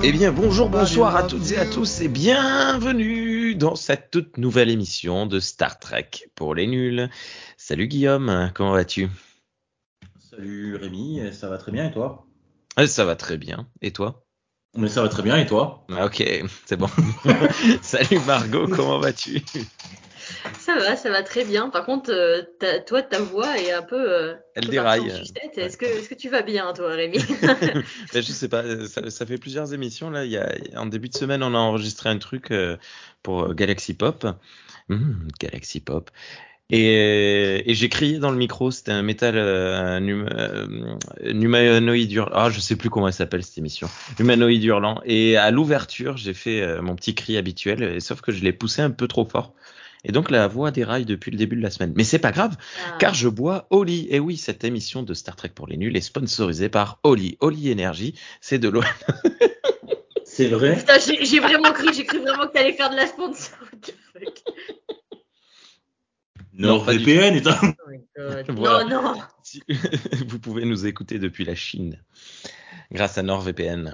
Eh bien, bonjour, bonsoir à toutes et à tous et bienvenue dans cette toute nouvelle émission de Star Trek pour les nuls. Salut Guillaume, comment vas-tu? Salut Rémi, ça va très bien et toi? Ça va très bien. Et toi? Mais ça va très bien et toi? Ah, ok, c'est bon. Salut Margot, comment vas-tu? Ça va très bien. Par contre, toi, ta voix est un Elle peu partie en déraille. sucette. Ouais. Est-ce que tu vas bien, toi, Rémi? Ben, je sais pas, ça fait plusieurs émissions là. En début de semaine, on a enregistré un truc pour Galaxy Pop. Galaxy Pop. Et j'ai crié dans le micro, c'était un métal, un humanoïde hurlant. Ah, je sais plus comment elle s'appelle cette émission. Humanoïde hurlant. Et à l'ouverture, j'ai fait mon petit cri habituel, sauf que je l'ai poussé un peu trop fort. Et donc la voix déraille depuis le début de la semaine. Mais c'est pas grave, car je bois Oli. Et oui, cette émission de Star Trek pour les nuls est sponsorisée par Oli. Oli Energy, c'est de l'eau. C'est vrai? Putain, j'ai cru vraiment que t'allais faire de la sponsor. What the fuck? Non, pas du NordVPN est un... Oh my God. Voilà. Non. Vous pouvez nous écouter depuis la Chine, grâce à NordVPN.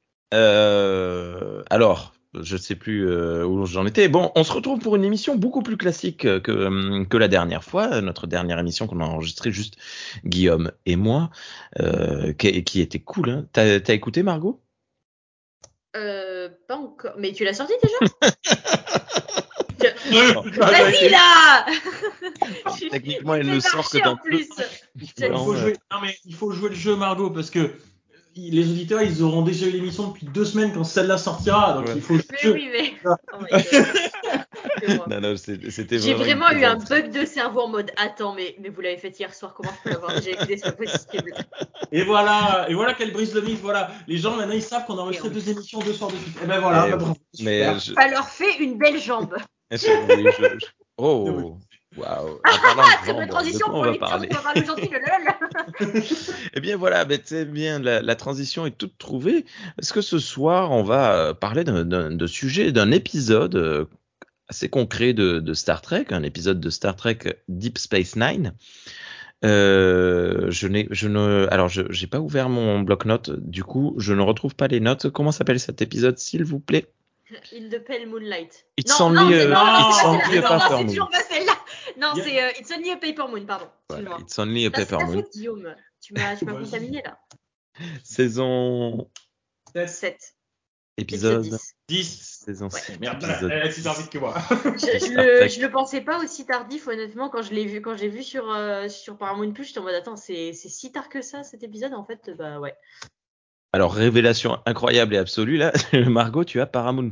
Alors, je ne sais plus où j'en étais. Bon, on se retrouve pour une émission beaucoup plus classique que la dernière fois, notre dernière émission qu'on a enregistrée juste Guillaume et moi, qui était cool. Hein. T'as écouté Margot? Pas encore. Mais tu l'as sorti déjà? Bon, Vas-y là. techniquement, Tu elle fais ne sort que marcher en dans peu. plus. Il faut jouer le jeu Margot parce que les auditeurs ils auront déjà eu l'émission depuis 2 semaines quand celle-là sortira, donc Ouais. il faut jouer le Mais jeu. oui, mais. Oh my God. C'est moi. Non, c'était J'ai vraiment une vraiment eu un plaisanterie. bug de cerveau en mode attends, mais vous l'avez fait hier soir, comment je peux l'avoir déjà écouté, c'est pas possible. Et voilà qu'elle brise le mythe. Voilà, les gens maintenant ils savent qu'on a enregistré 2 émissions 2 soirs de suite. Et ben voilà, Et bah, oui. bravo, Mais super. Ça leur fait une belle jambe. oui, Oh, waouh. En parlant de Très bonne jambes, de transition quoi on pour va l'émission parler? dont on va parler aujourd'hui, le lol. Eh bien voilà, ben, c'est bien, la transition est toute trouvée. Parce que ce soir, on va parler de sujet, d'un épisode assez concret de Star Trek, un épisode de Star Trek Deep Space Nine. J'ai pas ouvert mon bloc-notes, du coup, je ne retrouve pas les notes. Comment s'appelle cet épisode, s'il vous plaît? In the Pale Moonlight. It's Non, only c'est a, non, it's c'est pas only celle-là. a Non, paper c'est moon. toujours pas celle-là. Non, Il y a- c'est It's Only a Paper Moon, pardon. Voilà, Excuse-moi. it's only a Là, c'est paper ta moon. faute, Guillaume. Tu m'as Vas-y. contaminé là. Saison, 7. Épisode épisode, 10. 10. saison Ouais. 6, Merde, épisode elle est super 10 vite que moi. de Star Trek. Je le pensais pas aussi tardif, honnêtement, quand j'ai vu sur Paramount Plus, j'étais en mode attends, c'est si tard que ça cet épisode, en fait, bah ouais. Alors, révélation incroyable et absolue, là, Margot, tu as Paramount+.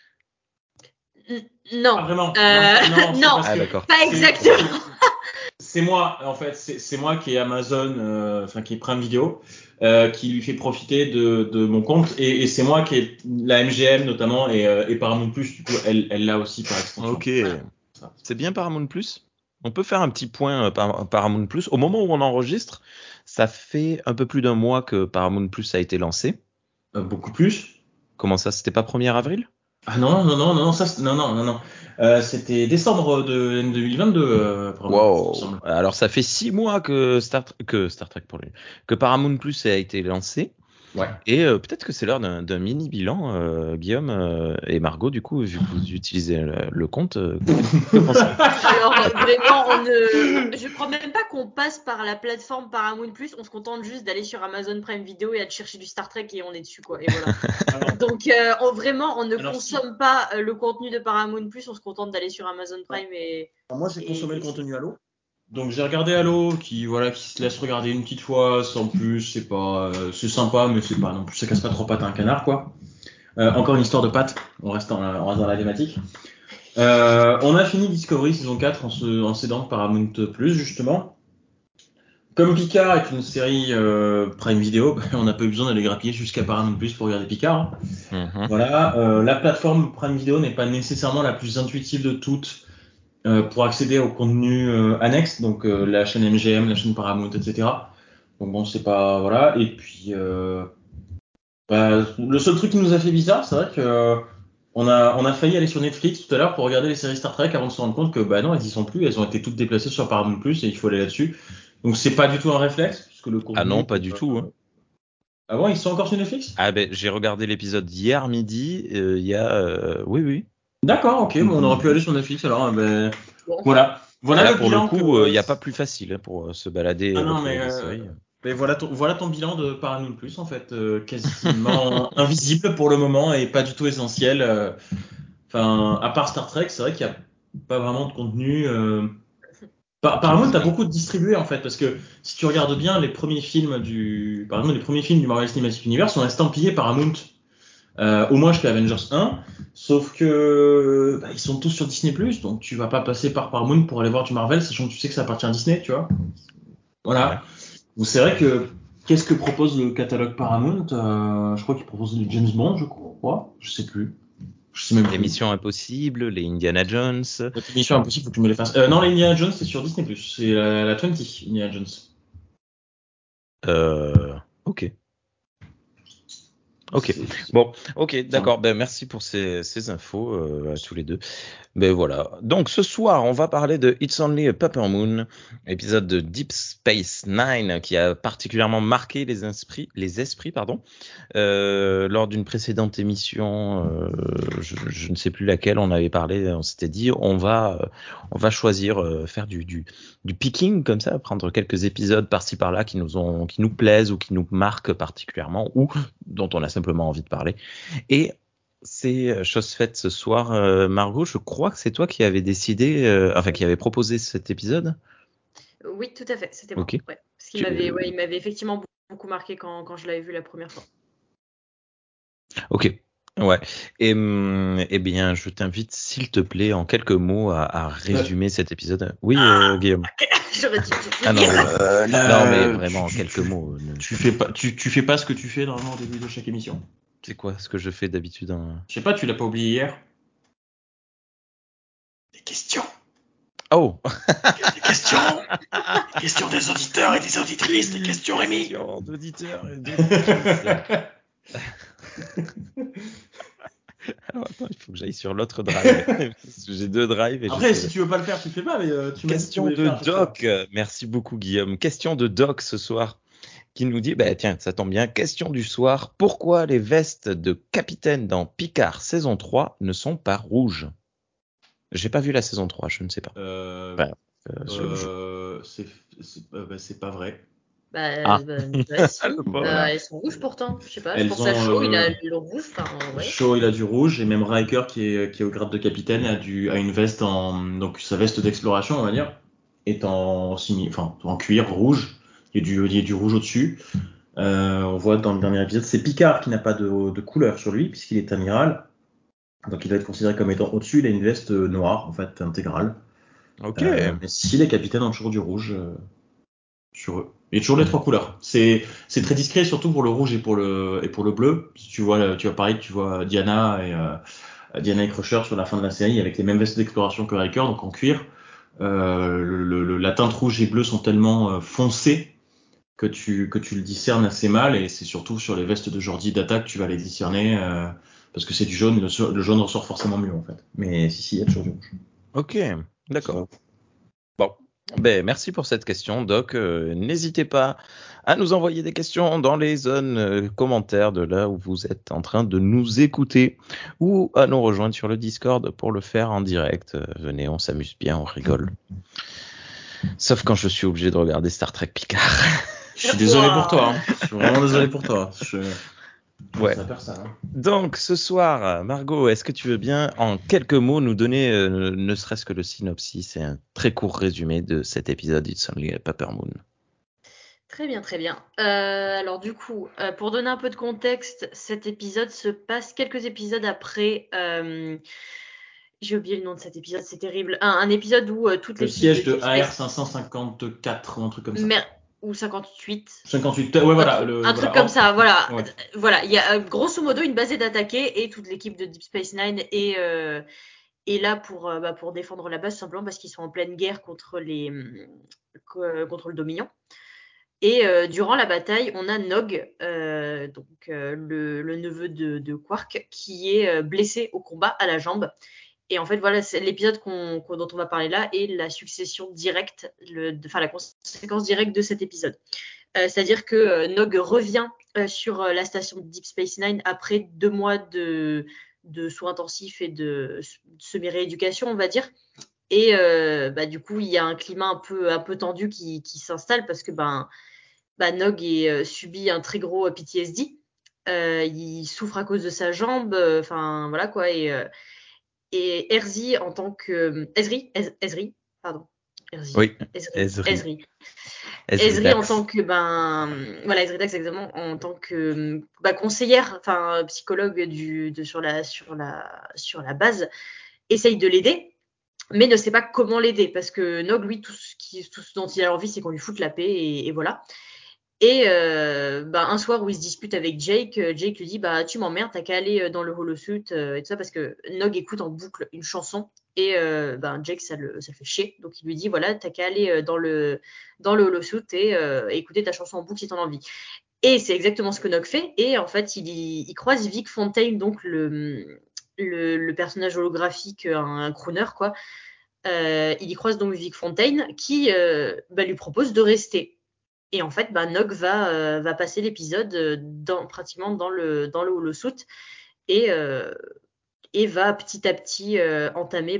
Non. Pas vraiment. Non, c'est Non, parce Ah, que d'accord. pas exactement. c'est moi, en fait, c'est moi qui est Amazon, enfin qui est Prime Video, qui lui fait profiter de mon compte, et c'est moi qui est la MGM notamment, et Paramount Plus, du coup, elle l'a aussi par extension. Ok. Voilà. Ça. C'est bien Paramount+. On peut faire un petit point Paramount+. Au moment où on enregistre, ça fait un peu plus d'un mois que Paramount+ a été lancé. Beaucoup plus. Comment ça, c'était pas 1er avril? Ah non, ça, non. C'était décembre de 2022, apparemment, il me Wow. semble. Alors, ça fait 6 mois que Star Trek que Paramount+ a été lancé. Ouais. Et peut-être que c'est l'heure d'un mini bilan, Guillaume et Margot, du coup, vu que vous utilisez le compte, que pensez-vous? Alors vraiment, je crois même pas qu'on passe par la plateforme Paramount Plus. On se contente juste d'aller sur Amazon Prime Video et à chercher du Star Trek et on est dessus quoi. Et voilà. Alors, Donc on ne alors, si. consomme pas le contenu de Paramount Plus. On se contente d'aller sur Amazon Prime Alors, moi, j'ai consommé le et contenu Halo. Donc j'ai regardé Halo, qui se laisse regarder une petite fois, sans plus, c'est pas, c'est sympa, mais c'est pas non plus, ça casse pas trop pattes à un canard, quoi. Encore une histoire de pattes, on reste dans la thématique. On a fini Discovery saison 4 en s'aidant de Paramount Plus, justement. Comme Picard est une série Prime Video, on n'a pas eu besoin d'aller grappiller jusqu'à Paramount Plus pour regarder Picard. Mhm. Voilà, la plateforme Prime Video n'est pas nécessairement la plus intuitive de toutes pour accéder au contenu annexe, donc la chaîne MGM, la chaîne Paramount, etc. Donc bon, c'est pas voilà. Et puis le seul truc qui nous a fait bizarre, c'est vrai que on a failli aller sur Netflix tout à l'heure pour regarder les séries Star Trek avant de se rendre compte que bah non, elles y sont plus, elles ont été toutes déplacées sur Paramount Plus et il faut aller là-dessus. Donc c'est pas du tout un réflexe puisque le Ah contenu non, pas du tout, hein. Ah bon, ils sont encore sur Netflix? Ah ben j'ai regardé l'épisode hier midi. Il y a oui. D'accord, ok, bon, on aurait pu aller sur Netflix alors. Bon. Voilà Là le pour le bilan que. coup, il n'y a pas plus facile pour se balader et Ah non, retrouver des séries. mais voilà ton bilan de Paramount Plus en fait, quasiment invisible pour le moment et pas du tout essentiel. Enfin, à part Star Trek, c'est vrai qu'il y a pas vraiment de contenu. Paramount t'as beaucoup distribué en fait parce que si tu regardes bien par exemple les premiers films du Marvel Cinematic Universe sont estampillés Paramount. Au moins jusqu'à Avengers 1, sauf que ils sont tous sur Disney+, donc tu vas pas passer par Paramount pour aller voir du Marvel, sachant que tu sais que ça appartient à Disney, tu vois. Ouais. Voilà. Donc c'est vrai que qu'est-ce que propose le catalogue Paramount? Je crois qu'il propose les James Bond, je crois. Je sais plus. Je sais même Les plus. Missions Impossibles, les Indiana Jones. Notre émission impossible, faut que tu me les fasses. Non, les Indiana Jones, c'est sur Disney+. C'est la 20, Indiana Jones. Ok. Ok. C'est- Bon, ok, Tiens. d'accord. Ben merci pour ces infos à tous les deux. Ben voilà. Donc ce soir, on va parler de It's Only a Paper Moon, épisode de Deep Space Nine qui a particulièrement marqué les esprits, pardon. Lors d'une précédente émission, je ne sais plus laquelle, on avait parlé, on s'était dit on va choisir faire du picking comme ça, prendre quelques épisodes par-ci par-là qui nous plaisent ou qui nous marquent particulièrement ou dont on a simplement envie de parler. Et c'est chose faite ce soir. Margot, je crois que c'est toi qui avais décidé, qui avait proposé cet épisode. Oui, tout à fait, c'était Ok. moi. Ouais. Parce qu'il il m'avait effectivement beaucoup marqué quand je l'avais vu la première fois. Ok. Ouais. Eh bien, je t'invite, s'il te plaît, en quelques mots, à résumer cet épisode. Oui, Guillaume. J'aurais dû Ah te non, dire. mais non, mais vraiment en quelques mots. Tu fais pas ce que tu fais normalement au début de chaque émission. C'est quoi ce que je fais d'habitude Je sais pas, tu l'as pas oublié hier. Des questions. Oh. Des questions. Des questions des auditeurs et des auditrices. Des questions, Rémi. Questions d'auditeurs et d'auditrices. Alors attends, il faut que j'aille sur l'autre drive. Parce que j'ai deux drives et Après, j'essaie si de... tu veux pas le faire, tu le fais pas, mais tu m'as dit que tu Question voulais le de faire à chaque fois. Doc. Merci beaucoup, Guillaume. Question de Doc ce soir qui nous dit, bah tiens, ça tombe bien, question du soir. Pourquoi les vestes de capitaine dans Picard saison 3 ne sont pas rouges? J'ai pas vu la saison 3, je ne sais pas. Euh, Enfin, c'est pas vrai. Ah, Si. le pauvre. Voilà. Elles sont rouges pourtant. Je sais pas. Je Elles pense à ont Shaw, il a le rouge. Enfin, ouais. Shaw, il a du rouge et même Riker qui est au grade de capitaine a une veste donc sa veste d'exploration on va dire est en cuir rouge. Il y a du rouge au-dessus. On voit dans le dernier épisode, c'est Picard qui n'a pas de couleur sur lui puisqu'il est amiral. Donc il va être considéré comme étant au-dessus. Il a une veste noire en fait intégrale. Ok. Mais si les capitaines ont toujours du rouge sur eux. Il y a toujours les trois couleurs. C'est très discret, surtout pour le rouge et pour le bleu. Si tu vois, tu vois Diana et Crusher sur la fin de la série avec les mêmes vestes d'exploration que Riker, donc en cuir. La teinte rouge et bleu sont tellement foncées que tu le discernes assez mal, et c'est surtout sur les vestes de Geordi et d'Attaque que tu vas les discerner parce que c'est du jaune, le jaune ressort forcément mieux en fait. Mais si, il y a toujours du rouge. Ok, d'accord. Bon, ben merci pour cette question, Doc. N'hésitez pas à nous envoyer des questions dans les zones commentaires de là où vous êtes en train de nous écouter ou à nous rejoindre sur le Discord pour le faire en direct. Venez, on s'amuse bien, on rigole. Sauf quand je suis obligé de regarder Star Trek Picard. Je suis désolé pour toi. Hein. Je suis vraiment désolé pour toi. Ouais. Ça perd ça. Hein. Donc ce soir, Margot, est-ce que tu veux bien en quelques mots nous donner ne serait-ce que le synopsis et un très court résumé de cet épisode It's Only a Paper Moon? Très bien, très bien. Alors du coup, pour donner un peu de contexte, cet épisode se passe quelques épisodes après. J'ai oublié le nom de cet épisode, c'est terrible. Un épisode où toute Le l'équipe de siège de Deep Space AR-554 ou un truc comme ça. ou 58. 58, ouais, voilà. Un truc comme ça, voilà. Ouais. Voilà, il y a grosso modo une base est attaquée et toute l'équipe de Deep Space Nine est là pour défendre la base, simplement parce qu'ils sont en pleine guerre contre le Dominion. Et durant la bataille, on a Nog, le neveu de Quark, qui est blessé au combat à la jambe. Et en fait, voilà, c'est l'épisode dont on va parler là est la succession directe, la conséquence directe de cet épisode. C'est-à-dire que Nog revient sur la station de Deep Space Nine après 2 mois de soins intensifs et de semi-rééducation, on va dire. Et du coup, il y a un climat un peu tendu qui s'installe parce que Nog subit un très gros PTSD. Il souffre à cause de sa jambe, enfin voilà quoi. Et Ezri en tant que Ezri, pardon. Oui, Ezri Ezri en Dax. tant que voilà, Ezri Dax exactement, en tant que conseillère, enfin psychologue sur la base, essaye de l'aider, mais ne sait pas comment l'aider parce que Nog, lui, tout ce dont il a envie, c'est qu'on lui foute la paix et voilà. Et un soir où il se dispute avec Jake, Jake lui dit tu m'emmerdes, t'as qu'à aller dans le holosuit et tout ça parce que Nog écoute en boucle une chanson et Jake ça le fait chier, donc il lui dit voilà, t'as qu'à aller dans le holosuit et écouter ta chanson en boucle si t'en as envie. Et c'est exactement ce que Nog fait, et en fait il croise Vic Fontaine, donc le personnage holographique, un crooner quoi. Il y croise donc Vic Fontaine qui lui propose de rester. Et en fait, Nog va passer l'épisode pratiquement dans le holosuit et va petit à petit entamer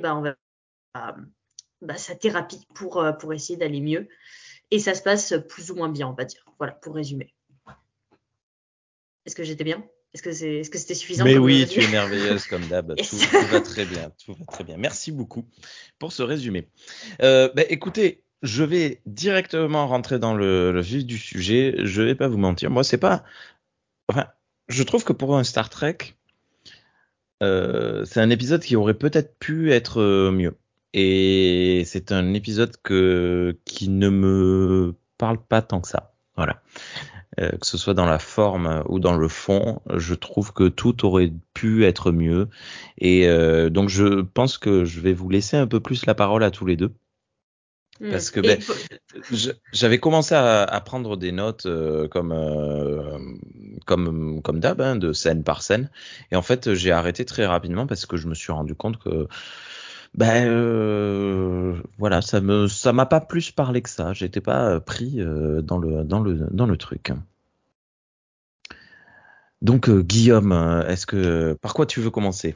sa thérapie pour essayer d'aller mieux. Et ça se passe plus ou moins bien, on va dire. Voilà, pour résumer. Est-ce que j'étais bien ? Est-ce que c'était suffisant ? Mais comme oui, résumé ? tu es merveilleuse comme d'hab. Yes. Tout va très bien. Tout va très bien. Merci beaucoup pour ce résumé. Écoutez, je vais directement rentrer dans le vif du sujet. Je vais pas vous mentir. Moi, c'est pas. Enfin, je trouve que pour un Star Trek, c'est un épisode qui aurait peut-être pu être mieux. Et c'est un épisode qui ne me parle pas tant que ça. Voilà. Que ce soit dans la forme ou dans le fond, je trouve que tout aurait pu être mieux. Et donc je pense que je vais vous laisser un peu plus la parole à tous les deux. Parce que j'avais commencé à prendre des notes comme d'hab, de scène par scène. Et en fait, j'ai arrêté très rapidement parce que je me suis rendu compte que voilà, ça m'a pas plus parlé que ça. J'étais pas pris dans le truc. Donc Guillaume, par quoi tu veux commencer?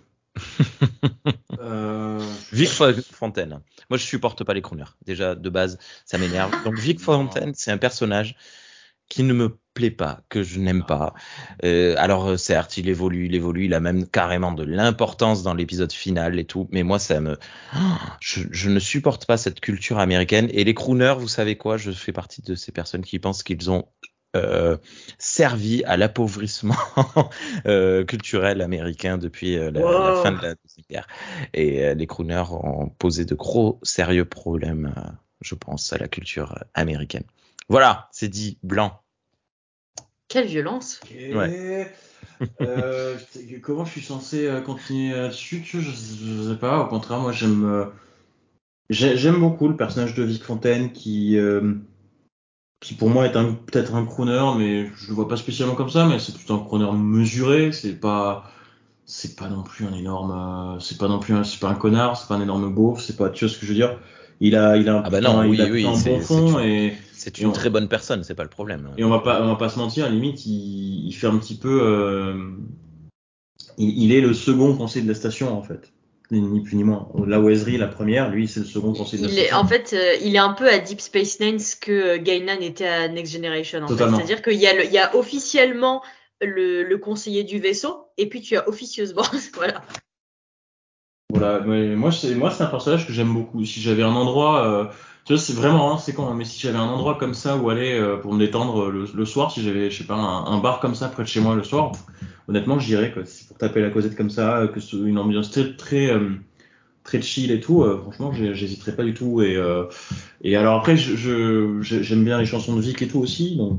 Vic Fontaine. Moi, je supporte pas les crooners. Déjà, de base, ça m'énerve. Donc Vic Fontaine, c'est un personnage qui ne me plaît pas, que je n'aime pas. Alors certes, il évolue, il a même carrément de l'importance dans l'épisode final et tout, mais moi je ne supporte pas cette culture américaine. Et les crooners, vous savez quoi, je fais partie de ces personnes qui pensent qu'ils ont servi à l'appauvrissement culturel américain depuis la fin de la Deuxième Guerre. Et les crooners ont posé de gros sérieux problèmes, je pense, à la culture américaine. Voilà, c'est dit, blanc. Quelle violence. Okay. Ouais. Comment je suis censé continuer là-dessus? Je sais pas. Au contraire, moi j'aime beaucoup le personnage de Vic Fontaine qui pour moi est peut-être un crooner, mais je le vois pas spécialement comme ça. Mais c'est plutôt un crooner mesuré. C'est pas non plus un énorme. C'est pas un connard. C'est pas un énorme beauf. C'est pas. Tu vois ce que je veux dire? Il a Ah bah non, il a oui, un bon fond c'est une très bonne personne, c'est pas le problème. Et on va pas se mentir, à la limite, il fait un petit peu. Il est le second conseiller de la station, en fait. Ni plus ni moins. Là où Ezri, la première, lui, c'est le second conseiller de la station. En fait, il est un peu à Deep Space Nine ce que Guinan était à Next Generation. En fait. C'est-à-dire qu'il y a officiellement le conseiller du vaisseau, et puis tu as officieusement. Voilà. Voilà, moi c'est un personnage que j'aime beaucoup. Si j'avais un endroit, tu vois, c'est vraiment, c'est con, hein, mais si j'avais un endroit comme ça où aller pour me détendre le soir, si j'avais, je sais pas, un bar comme ça près de chez moi le soir, honnêtement, j'irais quoi. Si c'est pour taper la causette comme ça, que c'est une ambiance très chill et tout, franchement, j'hésiterais pas du tout. Et alors après, j'aime bien les chansons de Vic et tout aussi, donc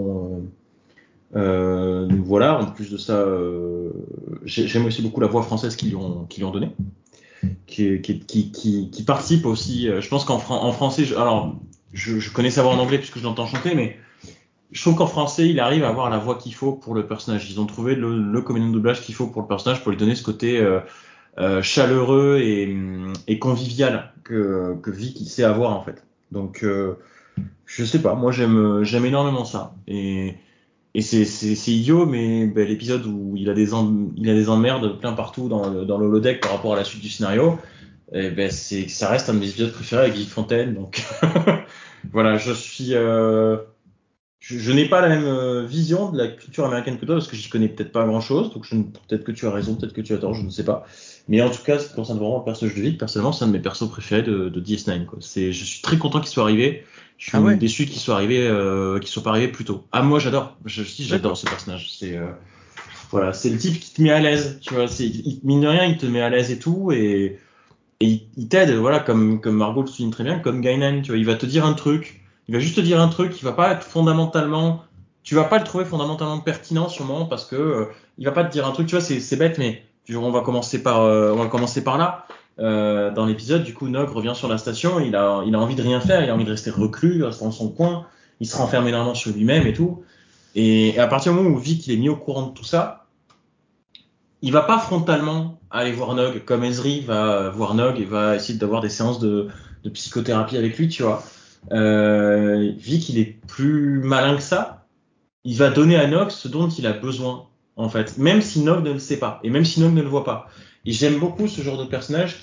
donc voilà. En plus de ça, j'aime aussi beaucoup la voix française qu'ils lui ont donnée. Qui participe aussi. Je pense en français, je connais sa voix en anglais puisque je l'entends chanter, mais je trouve qu'en français, il arrive à avoir la voix qu'il faut pour le personnage. Ils ont trouvé le comédien de doublage qu'il faut pour le personnage pour lui donner ce côté chaleureux et convivial que Vic il sait avoir en fait. Donc je sais pas, moi j'aime énormément ça. Et Et c'est idiot, mais ben, l'épisode où il a des emmerdes plein partout dans le holodeck par rapport à la suite du scénario, et ben ça reste un de mes épisodes préférés avec Guy Fontaine. Donc voilà, je n'ai pas la même vision de la culture américaine que toi parce que j'y connais peut-être pas grand-chose. Donc peut-être que tu as raison, peut-être que tu as tort, je ne sais pas. Mais en tout cas, ce qui concerne vraiment le personnage de Vic, personnellement, c'est un de mes persos préférés de DS9, quoi. Je suis très content qu'il soit arrivé. Je Ah suis ouais, déçu qu'il soit pas arrivé plus tôt. Ah, moi, j'adore. J'adore d'accord. ce personnage. Voilà, c'est le type qui te met à l'aise, tu vois. Mine de rien, il te met à l'aise et tout, et il t'aide, voilà, comme Margot le souligne très bien, comme Guinan, tu vois. Il va te dire un truc, il va juste te dire un truc, il va pas être fondamentalement, tu vas pas le trouver fondamentalement pertinent sûrement parce que il va pas te dire un truc, tu vois, c'est bête, mais on va commencer par là. Dans l'épisode, du coup, Nog revient sur la station, il a envie de rien faire, il a envie de rester reclus, de rester dans son coin, il se renferme énormément sur lui-même et tout. Et à partir du moment où Vic il est mis au courant de tout ça, il va pas frontalement aller voir Nog comme Ezri va voir Nog et va essayer d'avoir des séances de psychothérapie avec lui, tu vois. Vic, il est plus malin que ça. Il va donner à Nog ce dont il a besoin, en fait, même si Nog ne le sait pas et même si Nog ne le voit pas. Et j'aime beaucoup ce genre de personnages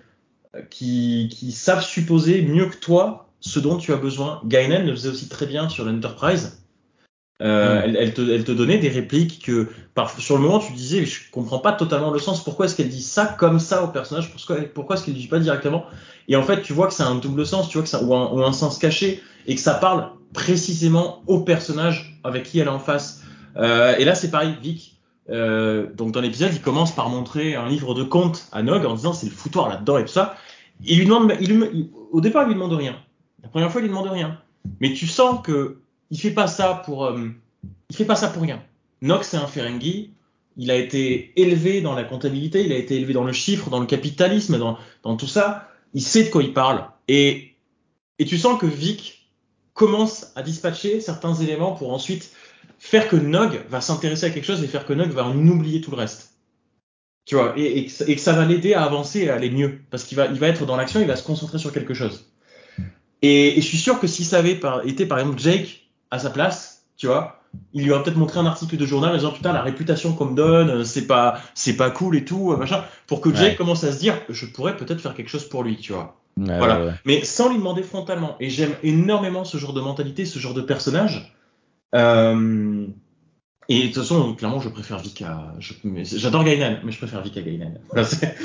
qui savent supposer mieux que toi ce dont tu as besoin. Guinan le faisait aussi très bien sur l'Enterprise. Hmm. Elle te donnait des répliques que sur le moment tu disais je comprends pas totalement le sens, pourquoi est-ce qu'elle dit ça comme ça au personnage, pourquoi est-ce qu'elle le dit pas directement, et en fait tu vois que ça a un double sens, tu vois que ça, ou un sens caché, et que ça parle précisément au personnage avec qui elle est en face. Et là c'est pareil, Vic, donc dans l'épisode il commence par montrer un livre de contes à Nog en disant c'est le foutoir là-dedans et tout ça. Au départ il lui demande rien, la première fois il lui demande rien, mais tu sens que il fait pas ça pour rien. Nox, c'est un Ferengi. Il a été élevé dans la comptabilité, il a été élevé dans le chiffre, dans le capitalisme, dans tout ça. Il sait de quoi il parle. Et tu sens que Vic commence à dispatcher certains éléments pour ensuite faire que Nog va s'intéresser à quelque chose et faire que Nog va en oublier tout le reste. Tu vois, et que ça va l'aider à avancer et à aller mieux. Parce il va être dans l'action, il va se concentrer sur quelque chose. Et je suis sûr que si ça avait été par exemple Jake à sa place, tu vois, il lui aurait peut-être montré un article de journal en disant putain la réputation qu'on me donne, c'est pas cool et tout, machin, pour que Jake Ouais. commence à se dire je pourrais peut-être faire quelque chose pour lui, tu vois. Ouais, ouais, Voilà, ouais. mais sans lui demander frontalement. Et j'aime énormément ce genre de mentalité, ce genre de personnage. Euh, et de toute façon, clairement, je préfère Vic à. J'adore Guinan, mais je préfère Vic à Guinan. Voilà,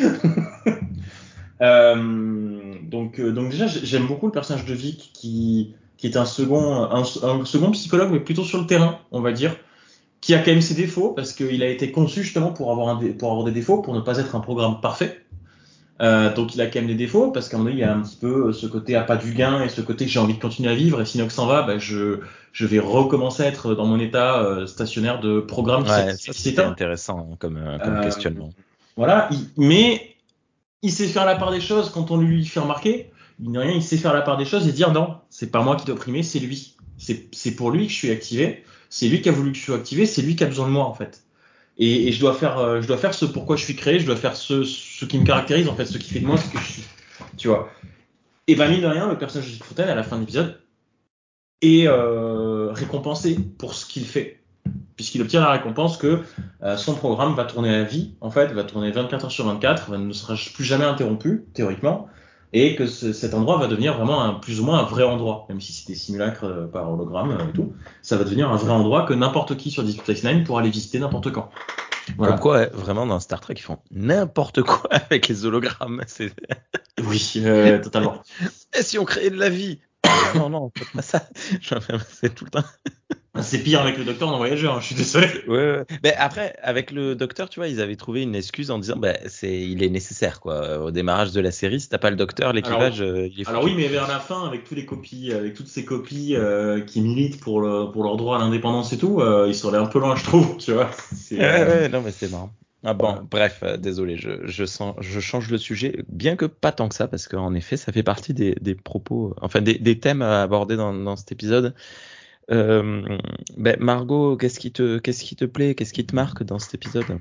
donc déjà, j'aime beaucoup le personnage de Vic qui est un second psychologue, mais plutôt sur le terrain, on va dire, qui a quand même ses défauts, parce qu'il a été conçu justement pour avoir des défauts, pour ne pas être un programme parfait. Donc il a quand même des défauts, parce qu'à mon avis, il y a un petit peu ce côté appât du gain et ce côté que j'ai envie de continuer à vivre, et si Nox s'en va, bah, je vais recommencer à être dans mon état stationnaire de programme Ouais, ça qui c'était s'éteint. intéressant hein, comme Euh, questionnement. voilà, mais il sait faire la part des choses quand on lui fait remarquer. Il n'est rien, il sait faire la part des choses et dire non, c'est pas moi qui dois primer, c'est lui. C'est pour lui que je suis activé. C'est lui qui a voulu que je sois activé. C'est lui qui a besoin de moi en fait. Et je dois faire ce pourquoi je suis créé. Je dois faire ce qui me caractérise en fait, ce qui fait de moi ce que je suis. Tu vois. Et ben mine de rien, le personnage de Gilles Fontaine à la fin de l'épisode est récompensé pour ce qu'il fait, puisqu'il obtient la récompense que son programme va tourner à vie, en fait, va tourner 24 heures sur 24, ne sera plus jamais interrompu, théoriquement, et que cet endroit va devenir vraiment plus ou moins un vrai endroit, même si c'était simulacre par hologramme et tout, ça va devenir un vrai endroit que n'importe qui sur Deep Space Nine pourra aller visiter n'importe quand. Comme Voilà. quoi, ouais, vraiment dans Star Trek, ils font n'importe quoi avec les hologrammes. Oui, totalement. Et si on créait de la vie? Non, non, faites pas ça. C'est tout le temps. C'est pire avec le docteur dans Voyageur, hein, je suis désolé. Ouais, ouais. Mais après, avec le docteur, tu vois, ils avaient trouvé une excuse en disant, bah, il est nécessaire, quoi. Au démarrage de la série, si t'as pas le docteur, l'équipage, Alors, il est alors oui, foutu. mais vers la fin, avec toutes ces copies qui militent pour leur droit à l'indépendance et tout, ils sont allés un peu loin, je trouve, tu vois. Ouais, ouais, non, mais c'est marrant. Ah bon, Voilà. bref, désolé, je change le sujet, bien que pas tant que ça, parce qu'en effet, ça fait partie des propos, enfin des thèmes à aborder dans cet épisode. Ben, Margot, qu'est-ce qui te plaît, qu'est-ce qui te marque dans cet épisode?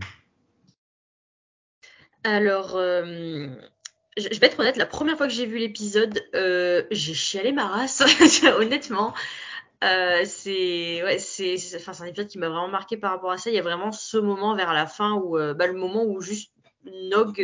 Alors, je vais être honnête, la première fois que j'ai vu l'épisode, j'ai chialé ma race, honnêtement. Enfin, c'est un épisode qui m'a vraiment marqué par rapport à ça. Il y a vraiment ce moment vers la fin où, le moment où juste Nog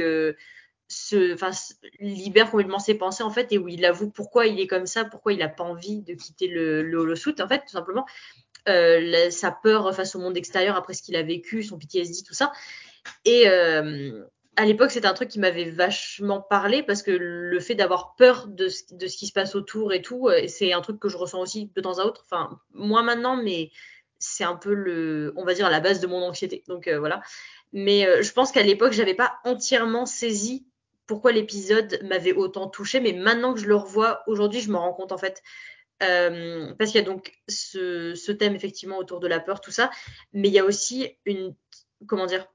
libère complètement ses pensées en fait et où il avoue pourquoi il est comme ça, pourquoi il a pas envie de quitter le holosuite en fait, tout simplement. Sa peur face au monde extérieur après ce qu'il a vécu, son PTSD, tout ça. Et à l'époque, c'était un truc qui m'avait vachement parlé parce que le fait d'avoir peur de ce qui se passe autour et tout, c'est un truc que je ressens aussi de temps à autre. Enfin, moins maintenant, mais c'est un peu on va dire, la base de mon anxiété. Donc voilà. Mais je pense qu'à l'époque, j'avais pas entièrement saisi pourquoi l'épisode m'avait autant touché. Mais maintenant que je le revois, aujourd'hui, je me rends compte en fait. Parce qu'il y a donc ce thème effectivement autour de la peur, tout ça. Mais il y a aussi comment dire,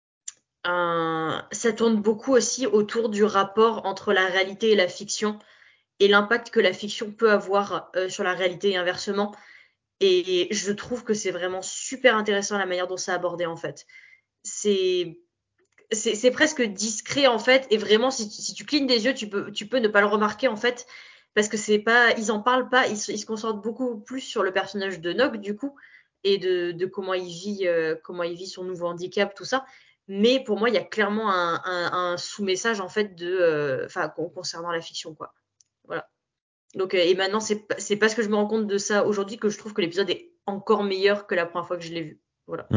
ça tourne beaucoup aussi autour du rapport entre la réalité et la fiction et l'impact que la fiction peut avoir sur la réalité et inversement. Et je trouve que c'est vraiment super intéressant la manière dont c'est abordé en fait. C'est c'est presque discret en fait et vraiment si tu clignes des yeux tu peux ne pas le remarquer en fait parce que c'est pas ils en parlent pas, ils se concentrent beaucoup plus sur le personnage de Nog du coup et de comment il vit son nouveau handicap tout ça, mais pour moi il y a clairement un sous-message en fait concernant la fiction quoi, voilà. Donc et maintenant c'est parce que je me rends compte de ça aujourd'hui que je trouve que l'épisode est encore meilleur que la première fois que je l'ai vu, voilà.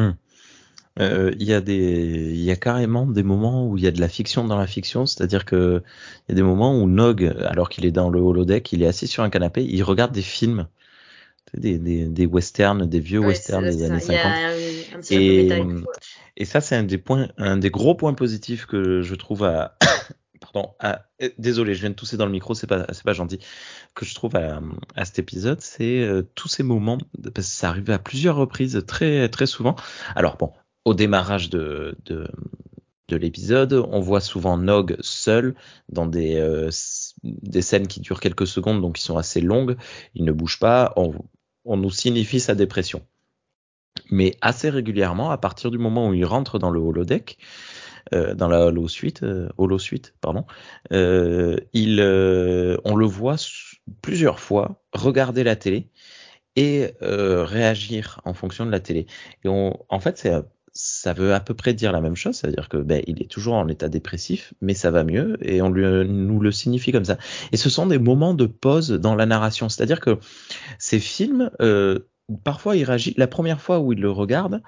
Il y a carrément des moments où il y a de la fiction dans la fiction, c'est-à-dire que il y a des moments où Nog, alors qu'il est dans le holodeck, il est assis sur un canapé, il regarde des films, des westerns, des vieux Ouais, westerns des c'est années ça, il y a 50. un petit un peu méta et Et, tout. et ça, c'est un des gros points positifs que je trouve pardon, désolé, je viens de tousser dans le micro, c'est pas gentil, que je trouve à cet épisode, c'est tous ces moments, parce que ça arrive à plusieurs reprises, très, très souvent. Alors bon, au démarrage de l'épisode, on voit souvent Nog seul dans des scènes qui durent quelques secondes, donc qui sont assez longues. Il ne bouge pas. On nous signifie sa dépression. Mais assez régulièrement, à partir du moment où il rentre dans le holodeck, dans la holosuite, pardon, on le voit plusieurs fois regarder la télé et réagir en fonction de la télé. Et en fait, ça veut à peu près dire la même chose, c'est-à-dire que il est toujours en état dépressif, mais ça va mieux et nous le signifie comme ça. Et ce sont des moments de pause dans la narration, c'est-à-dire que ces films, parfois il réagit. La première fois où il le regarde,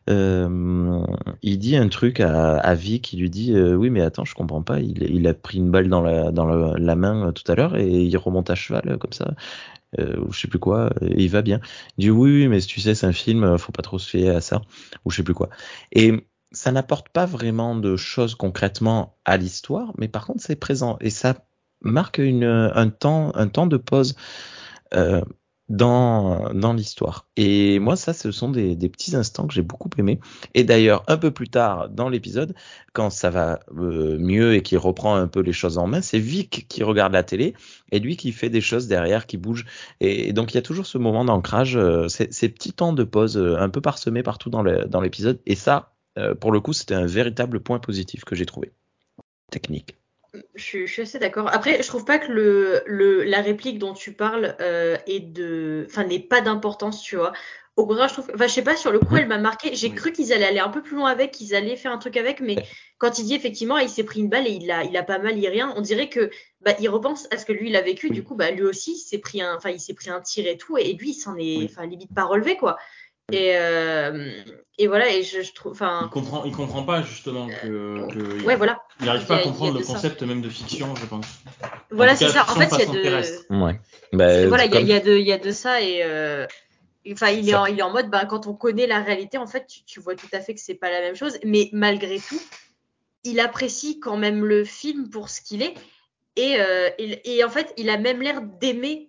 il dit un truc à Vi qui lui dit oui mais attends je comprends pas, il a pris une balle dans la main tout à l'heure et il remonte à cheval comme ça ou je sais plus quoi, et il va bien. Il dit oui, mais tu sais, c'est un film, faut pas trop se fier à ça, ou je sais plus quoi. Et ça n'apporte pas vraiment de choses concrètement à l'histoire, mais par contre c'est présent et ça marque un temps de pause euh, dans l'histoire. Et moi, ça, ce sont des petits instants que j'ai beaucoup aimés. Et d'ailleurs, un peu plus tard dans l'épisode, quand ça va mieux et qu'il reprend un peu les choses en main, c'est Vic qui regarde la télé et lui qui fait des choses derrière, qui bouge. Et donc, il y a toujours ce moment d'ancrage, ces petits temps de pause un peu parsemés partout dans l'épisode. Et ça, pour le coup, c'était un véritable point positif que j'ai trouvé. Technique. Je suis assez d'accord. Après, je trouve pas que la réplique dont tu parles n'est pas d'importance, tu vois. Au contraire, je trouve, enfin, je sais pas, sur le coup, Mhm. elle m'a marqué. J'ai Oui. cru qu'ils allaient aller un peu plus loin avec, qu'ils allaient faire un truc avec, mais quand il dit effectivement, il s'est pris une balle et il a pas mal, il rien, on dirait que, il repense à ce que lui, il a vécu. Du Oui. coup, lui aussi, il s'est pris un tir et tout, et lui, il s'en est, Oui. enfin, limite pas relevé, quoi. Oui. Et voilà, et je trouve, Il comprend pas justement ouais, voilà. il n'arrive pas à Il y a comprendre le de ça. concept même de fiction, je pense. En Voilà, tout cas, c'est la ça. En fiction de fait, façon terrestre. Ouais. voilà, Comme il y a de ça et enfin, ça. il est en mode, quand on connaît la réalité, en fait, tu vois tout à fait que c'est pas la même chose, mais malgré tout, il apprécie quand même le film pour ce qu'il est et en fait, il a même l'air d'aimer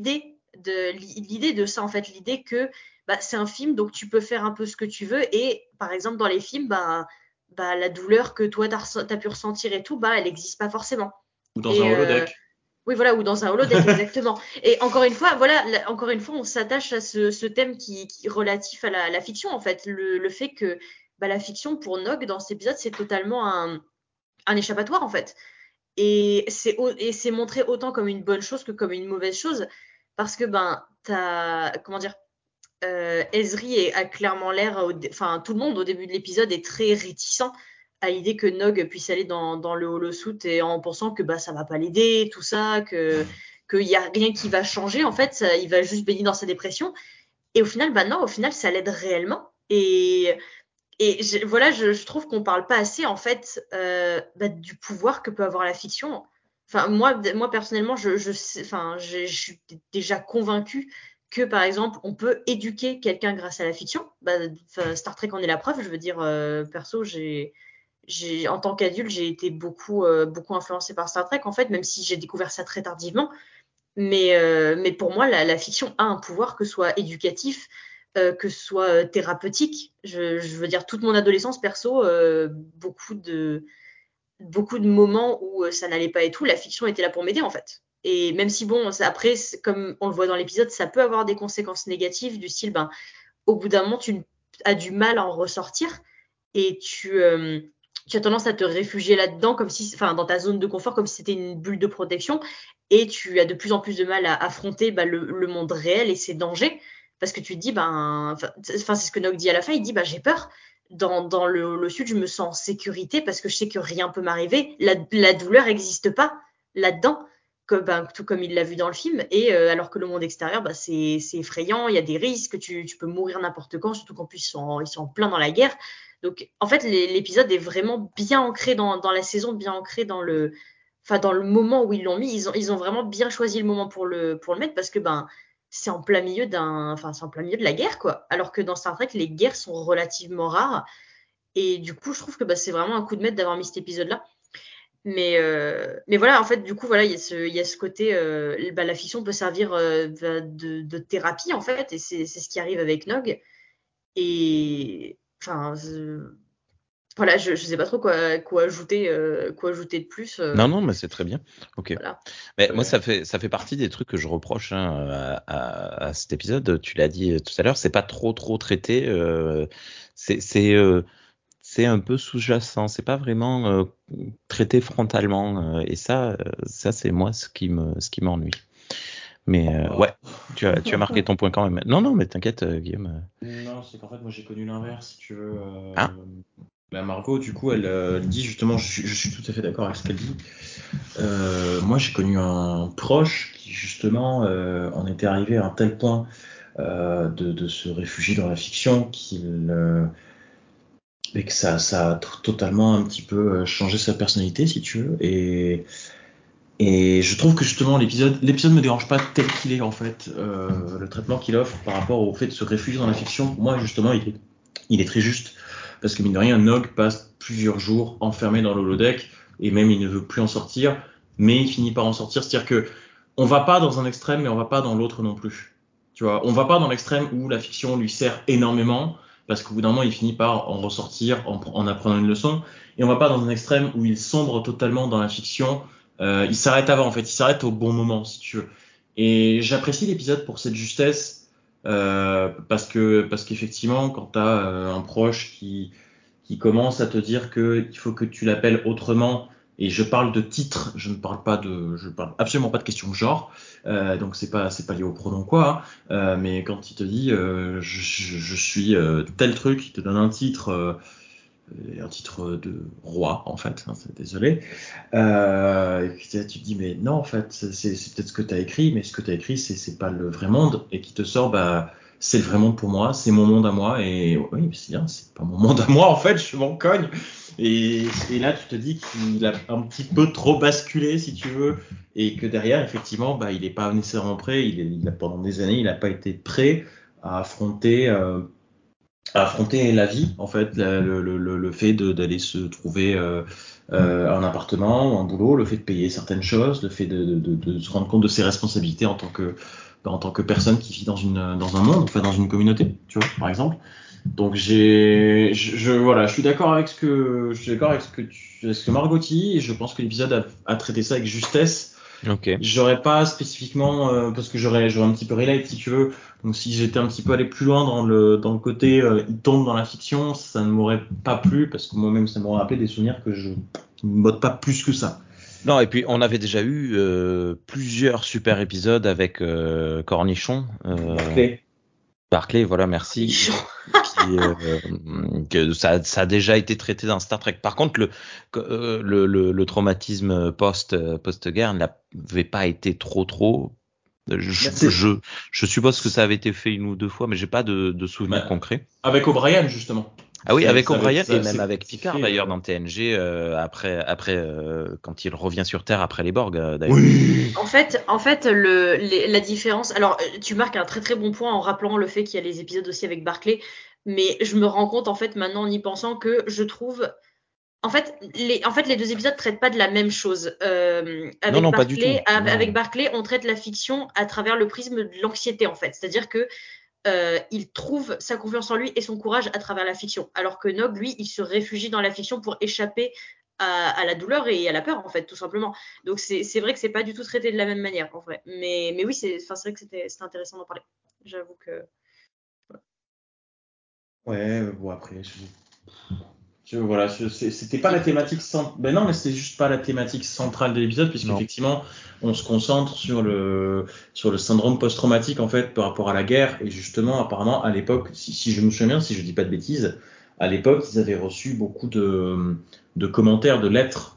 l'idée de ça, en fait, l'idée que c'est un film, donc tu peux faire un peu ce que tu veux et par exemple dans les films, la douleur que toi t'as pu ressentir et tout, elle n'existe pas forcément. Ou dans un Et holodeck. oui, voilà, ou dans un holodeck, exactement. Et encore une fois, voilà, encore une fois, on s'attache à ce thème qui est relatif à la fiction, en fait. Le fait que la fiction, pour Nog, dans cet épisode, c'est totalement un échappatoire, en fait. Et c'est montré autant comme une bonne chose que comme une mauvaise chose. parce que comment dire, Ezri a clairement l'air, enfin tout le monde au début de l'épisode est très réticent à l'idée que Nog puisse aller dans le holosuit et en pensant que ça va pas l'aider, tout ça, qu'il y a rien qui va changer en fait, il va juste baigner dans sa dépression. Et au final, non, au final ça l'aide réellement. Et voilà, je trouve qu'on parle pas assez en fait du pouvoir que peut avoir la fiction. Enfin, moi personnellement, je suis déjà convaincue que par exemple, on peut éduquer quelqu'un grâce à la fiction. Star Trek en est la preuve. Je veux dire, perso, en tant qu'adulte, j'ai été beaucoup influencée par Star Trek en fait, même si j'ai découvert ça très tardivement. Mais pour moi, la fiction a un pouvoir, que ce soit éducatif, que ce soit thérapeutique. Je veux dire, toute mon adolescence, perso, beaucoup de moments où ça n'allait pas et tout, la fiction était là pour m'aider en fait. Et même si, bon, après, comme on le voit dans l'épisode, ça peut avoir des conséquences négatives du style, au bout d'un moment, tu as du mal à en ressortir et tu as tendance à te réfugier là-dedans, comme si, enfin, dans ta zone de confort, comme si c'était une bulle de protection, et tu as de plus en plus de mal à affronter le monde réel et ses dangers, parce que tu te dis, c'est ce que Nog dit à la fin, il dit, j'ai peur. Dans le sud, je me sens en sécurité parce que je sais que rien peut m'arriver. La douleur n'existe pas là-dedans, tout comme il l'a vu dans le film. Et alors que le monde extérieur, c'est effrayant, il y a des risques, tu peux mourir n'importe quand, surtout qu'en plus ils sont en plein dans la guerre. Donc en fait, l'épisode est vraiment bien ancré dans la saison, bien ancré dans le moment où ils l'ont mis. Ils ont vraiment bien choisi le moment pour le mettre parce que c'est en plein milieu c'est en plein milieu de la guerre, quoi. Alors que dans Star Trek, les guerres sont relativement rares. Et du coup, je trouve que c'est vraiment un coup de maître d'avoir mis cet épisode-là. Mais voilà, en fait, du coup, voilà, il y a ce côté, la fiction peut servir de thérapie, en fait, et c'est ce qui arrive avec Nog. Et enfin, voilà, je sais pas trop quoi ajouter de plus. Non, mais c'est très bien. Ok. Voilà. Mais moi, ça fait partie des trucs que je reproche à cet épisode. Tu l'as dit tout à l'heure, c'est pas trop traité. C'est un peu sous-jacent. C'est pas vraiment traité frontalement. Et ça c'est moi ce qui m'ennuie. Mais ouais, tu as marqué ton point quand même. Non, mais t'inquiète, Guillaume. Non, c'est qu'en fait, moi j'ai connu l'inverse, si tu veux. Ah, Margot, du coup, elle dit justement, je suis tout à fait d'accord avec ce qu'elle dit. Moi, j'ai connu un proche qui justement en était arrivé à un tel point de se réfugier dans la fiction et que ça a totalement un petit peu changé sa personnalité, si tu veux. Et je trouve que justement l'épisode me dérange pas tel qu'il est en fait. Le traitement qu'il offre par rapport au fait de se réfugier dans la fiction, pour moi justement, il est très juste. Parce que mine de rien, Nog passe plusieurs jours enfermé dans l'holodeck et même il ne veut plus en sortir, mais il finit par en sortir. C'est-à-dire que on va pas dans un extrême, mais on va pas dans l'autre non plus. Tu vois, on va pas dans l'extrême où la fiction lui sert énormément, parce qu'au bout d'un moment, il finit par en ressortir en apprenant une leçon. Et on va pas dans un extrême où il sombre totalement dans la fiction. Il s'arrête avant, en fait, il s'arrête au bon moment, si tu veux. Et j'apprécie l'épisode pour cette justesse, parce qu'effectivement, quand t'as un proche qui commence à te dire que il faut que tu l'appelles autrement, et je parle de titre, je parle absolument pas de question de genre, donc c'est pas lié au pronom quoi, mais quand il te dit je suis tel truc, il te donne un titre de roi en fait, hein, désolé, et puis tu te dis mais non en fait c'est peut-être ce que tu as écrit, mais ce que tu as écrit c'est pas le vrai monde, et qui te sort c'est le vrai monde pour moi, c'est mon monde à moi, et oui c'est bien, c'est pas mon monde à moi en fait, je m'en cogne. Et là tu te dis qu'il a un petit peu trop basculé si tu veux, et que derrière effectivement il est pas nécessairement prêt, il a pendant des années il a pas été prêt à affronter la vie en fait, le fait d'aller se trouver un appartement ou un boulot, le fait de payer certaines choses, le fait de se rendre compte de ses responsabilités en tant que personne qui vit dans un monde, enfin dans une communauté, tu vois, par exemple. Donc voilà, je suis d'accord avec ce que Margot dit, et je pense que l'épisode a traité ça avec justesse. ok. J'aurais pas spécifiquement parce que j'aurais un petit peu relate si tu veux. Donc si j'étais un petit peu allé plus loin dans le côté il tombe dans la fiction, ça ne m'aurait pas plu, parce que moi-même ça m'aurait rappelé des souvenirs qui me bottent pas plus que ça. Non, et puis on avait déjà eu plusieurs super épisodes avec Cornichon. Barclay, voilà, merci. Que ça a déjà été traité dans Star Trek. Par contre, le traumatisme post-guerre n'avait pas été trop. Je suppose que ça avait été fait une ou deux fois, mais j'ai pas de souvenir concret. Avec O'Brien, justement. Ah oui, avec O'Brien et même c'est avec Picard fait, d'ailleurs dans TNG après quand il revient sur Terre après les Borg d'ailleurs. Oui. En fait, la différence. Alors, tu marques un très très bon point en rappelant le fait qu'il y a les épisodes aussi avec Barclay, mais je me rends compte en fait maintenant en y pensant que je trouve. En fait, les deux épisodes traitent pas de la même chose. Avec Non, pas du tout. Avec Barclay, on traite la fiction à travers le prisme de l'anxiété en fait. C'est-à-dire que il trouve sa confiance en lui et son courage à travers la fiction. Alors que Nog, lui, il se réfugie dans la fiction pour échapper à la douleur et à la peur, en fait, tout simplement. Donc c'est vrai que c'est pas du tout traité de la même manière, en vrai. Mais oui, c'est vrai que c'était intéressant d'en parler. J'avoue que. Ouais, bon après, voilà, c'était pas la thématique centrale. Ben non, mais c'était juste pas la thématique centrale de l'épisode, puisqu'effectivement, on se concentre sur le syndrome post-traumatique en fait par rapport à la guerre. Et justement, apparemment, à l'époque, si je me souviens bien, si je dis pas de bêtises, à l'époque, ils avaient reçu beaucoup de commentaires, de lettres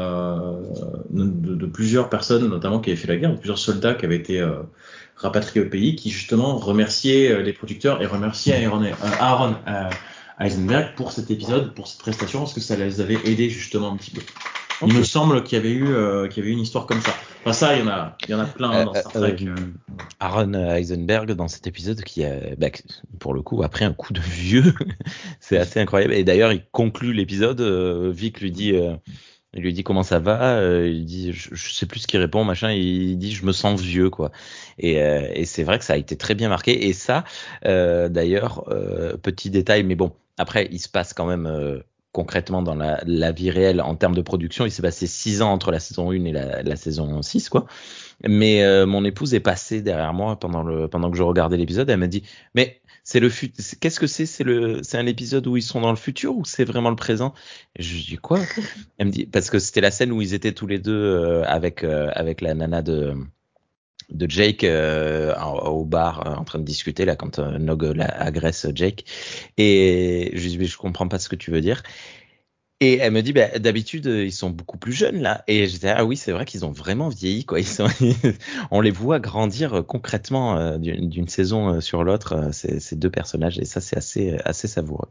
de plusieurs personnes, notamment qui avaient fait la guerre, de plusieurs soldats qui avaient été rapatriés au pays, qui justement remerciaient les producteurs et remerciaient Aaron Eisenberg pour cet épisode, pour cette prestation, parce que ça les avait aidés justement un petit peu. Okay. Il me semble qu'il y avait eu une histoire comme ça. Enfin ça, il y en a plein dans Star Trek. Aaron Eisenberg dans cet épisode qui a, pour le coup, après un coup de vieux, c'est assez incroyable. Et d'ailleurs, il conclut l'épisode. Vic lui dit. Il lui dit comment ça va, il dit je sais plus ce qu'il répond, machin, il dit je me sens vieux quoi. Et c'est vrai que ça a été très bien marqué. Et ça, d'ailleurs, petit détail, mais bon, après il se passe quand même concrètement dans la vie réelle en termes de production, il s'est passé 6 ans entre la saison 1 et la saison 6 quoi. Mais mon épouse est passée derrière moi pendant que je regardais l'épisode, elle m'a dit mais qu'est-ce que c'est c'est un épisode où ils sont dans le futur ou c'est vraiment le présent? Et je lui dis quoi? Elle me dit parce que c'était la scène où ils étaient tous les deux avec la nana de Jake au bar en train de discuter là quand Nog agresse Jake et je lui dis mais je comprends pas ce que tu veux dire. Et elle me dit, d'habitude, ils sont beaucoup plus jeunes là. Et j'étais, ah oui, c'est vrai qu'ils ont vraiment vieilli, quoi. On les voit grandir concrètement d'une saison sur l'autre, ces deux personnages. Et ça, c'est assez savoureux.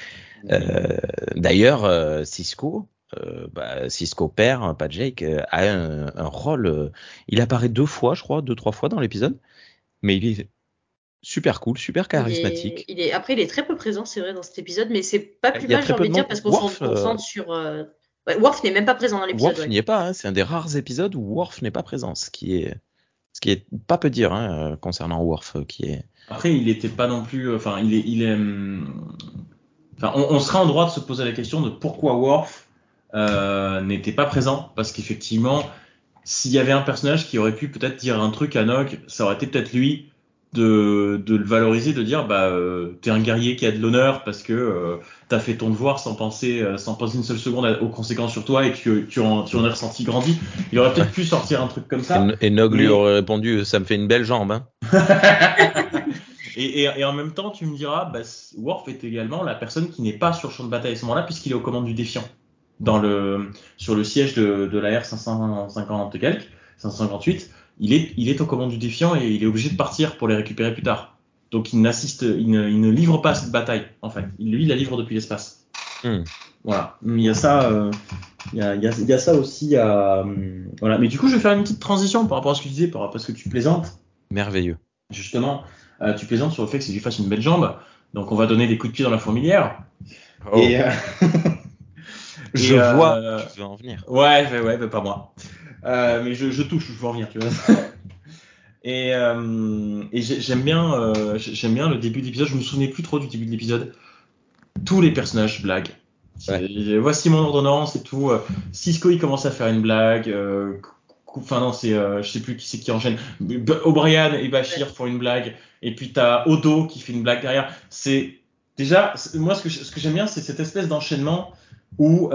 D'ailleurs, Cisco père, pas Jake, a un rôle. Il apparaît 2 fois, je crois, 2-3 fois dans l'épisode. Mais il est super cool, super charismatique. Après, il est très peu présent, c'est vrai, dans cet épisode, mais c'est pas plus Il y a mal, j'ai très peu envie de de dire, monde. parce qu'on se concentre sur. Ouais, Worf n'est même pas présent dans l'épisode. Worf n'y est pas, hein. C'est un des rares épisodes où Worf n'est pas présent, ce qui est pas peu dire concernant Worf, qui est. Après, il était pas non plus. Enfin, Enfin, on serait en droit de se poser la question de pourquoi Worf n'était pas présent, parce qu'effectivement, s'il y avait un personnage qui aurait pu peut-être dire un truc à Nog, ça aurait été peut-être lui de le valoriser, de dire t'es un guerrier qui a de l'honneur parce que t'as fait ton devoir sans penser une seule seconde aux conséquences sur toi et que tu en as ressenti grandi. Il aurait peut-être pu sortir un truc comme ça. Et Nog lui aurait répondu ça me fait une belle jambe. Hein. Et en même temps, tu me diras, Worf est également la personne qui n'est pas sur le champ de bataille à ce moment-là, puisqu'il est aux commandes du Défiant, sur le siège de la R550 et quelques, 558. Il est aux commandes du Défiant et il est obligé de partir pour les récupérer plus tard. Donc il ne livre pas cette bataille, en fait. Lui, il la livre depuis l'espace. Voilà. Il y a ça, il y a ça aussi voilà. Mais du coup, je vais faire une petite transition par rapport à ce que tu disais, par rapport à ce que tu plaisantes. Merveilleux. Justement, tu plaisantes sur le fait que c'est lui fasse une belle jambe. Donc on va donner des coups de pied dans la fourmilière. Oh. Et je vois où tu veux en venir. Ouais, pas moi. Mais je touche, je veux en venir, tu vois. Et j'aime bien le début de l'épisode. Je me souvenais plus trop du début de l'épisode. Tous les personnages blaguent. Ouais. Voici mon ordonnance et tout. Cisco il commence à faire une blague. Enfin non, c'est je sais plus qui c'est qui enchaîne. O'Brien et Bashir font une blague. Et puis t'as Odo qui fait une blague derrière. C'est déjà, moi, ce que j'aime bien, c'est cette espèce d'enchaînement où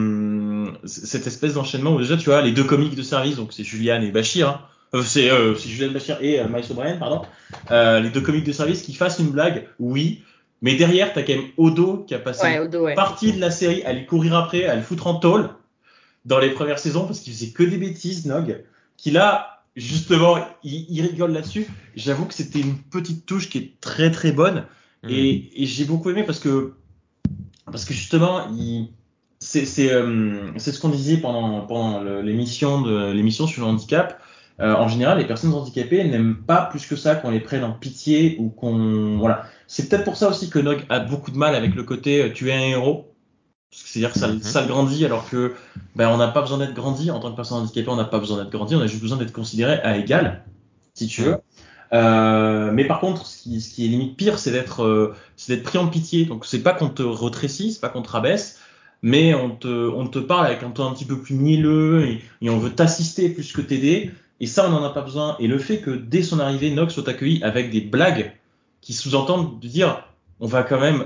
déjà, tu vois, les deux comiques de service, donc c'est Julian et Bachir, hein. C'est Julian Bachir et Miles O'Brien, pardon. Les deux comiques de service qui fassent une blague, oui. Mais derrière, t'as quand même Odo qui a passé une partie de la série à lui courir après, à le foutre en tôle dans les premières saisons parce qu'il faisait que des bêtises, Nog. Qui là, justement, il rigole là-dessus. J'avoue que c'était une petite touche qui est très très bonne. Et j'ai beaucoup aimé parce que justement, c'est ce qu'on disait pendant l'émission sur le handicap. En général, les personnes handicapées n'aiment pas plus que ça qu'on les prenne en pitié ou voilà. C'est peut-être pour ça aussi que Nog a beaucoup de mal avec le côté tu es un héros. C'est-à-dire que ça le grandit alors que on n'a pas besoin d'être grandi en tant que personne handicapée, on n'a pas besoin d'être grandi, on a juste besoin d'être considéré à égal, si tu veux. Mais par contre, ce qui est limite pire, c'est d'être pris en pitié. Donc c'est pas qu'on te rétrécit, c'est pas qu'on te rabaisse, mais on te parle avec un ton un petit peu plus mielleux et on veut t'assister plus que t'aider. Et ça, on n'en a pas besoin. Et le fait que dès son arrivée, Nog soit accueilli avec des blagues qui sous-entendent de dire, on va quand même,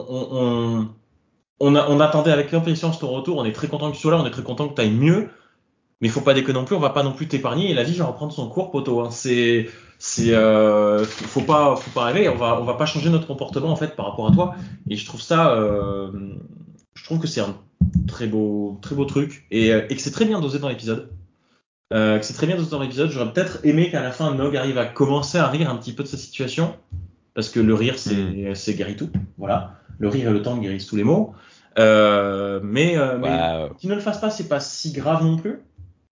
on attendait avec impatience ton retour. On est très content que tu sois là, on est très content que tu ailles mieux. Mais faut pas déconner non plus, on va pas non plus t'épargner et la vie va reprendre son cours, poteau. Hein. Faut pas rêver. On va pas changer notre comportement en fait par rapport à toi. Et je trouve que c'est un très beau truc et que c'est très bien dosé dans l'épisode. J'aurais peut-être aimé qu'à la fin Nog arrive à commencer à rire un petit peu de sa situation parce que le rire c'est guérit tout. Voilà, le rire et le temps guérissent tous les maux. Mais qu'il ne le fasse pas, c'est pas si grave non plus.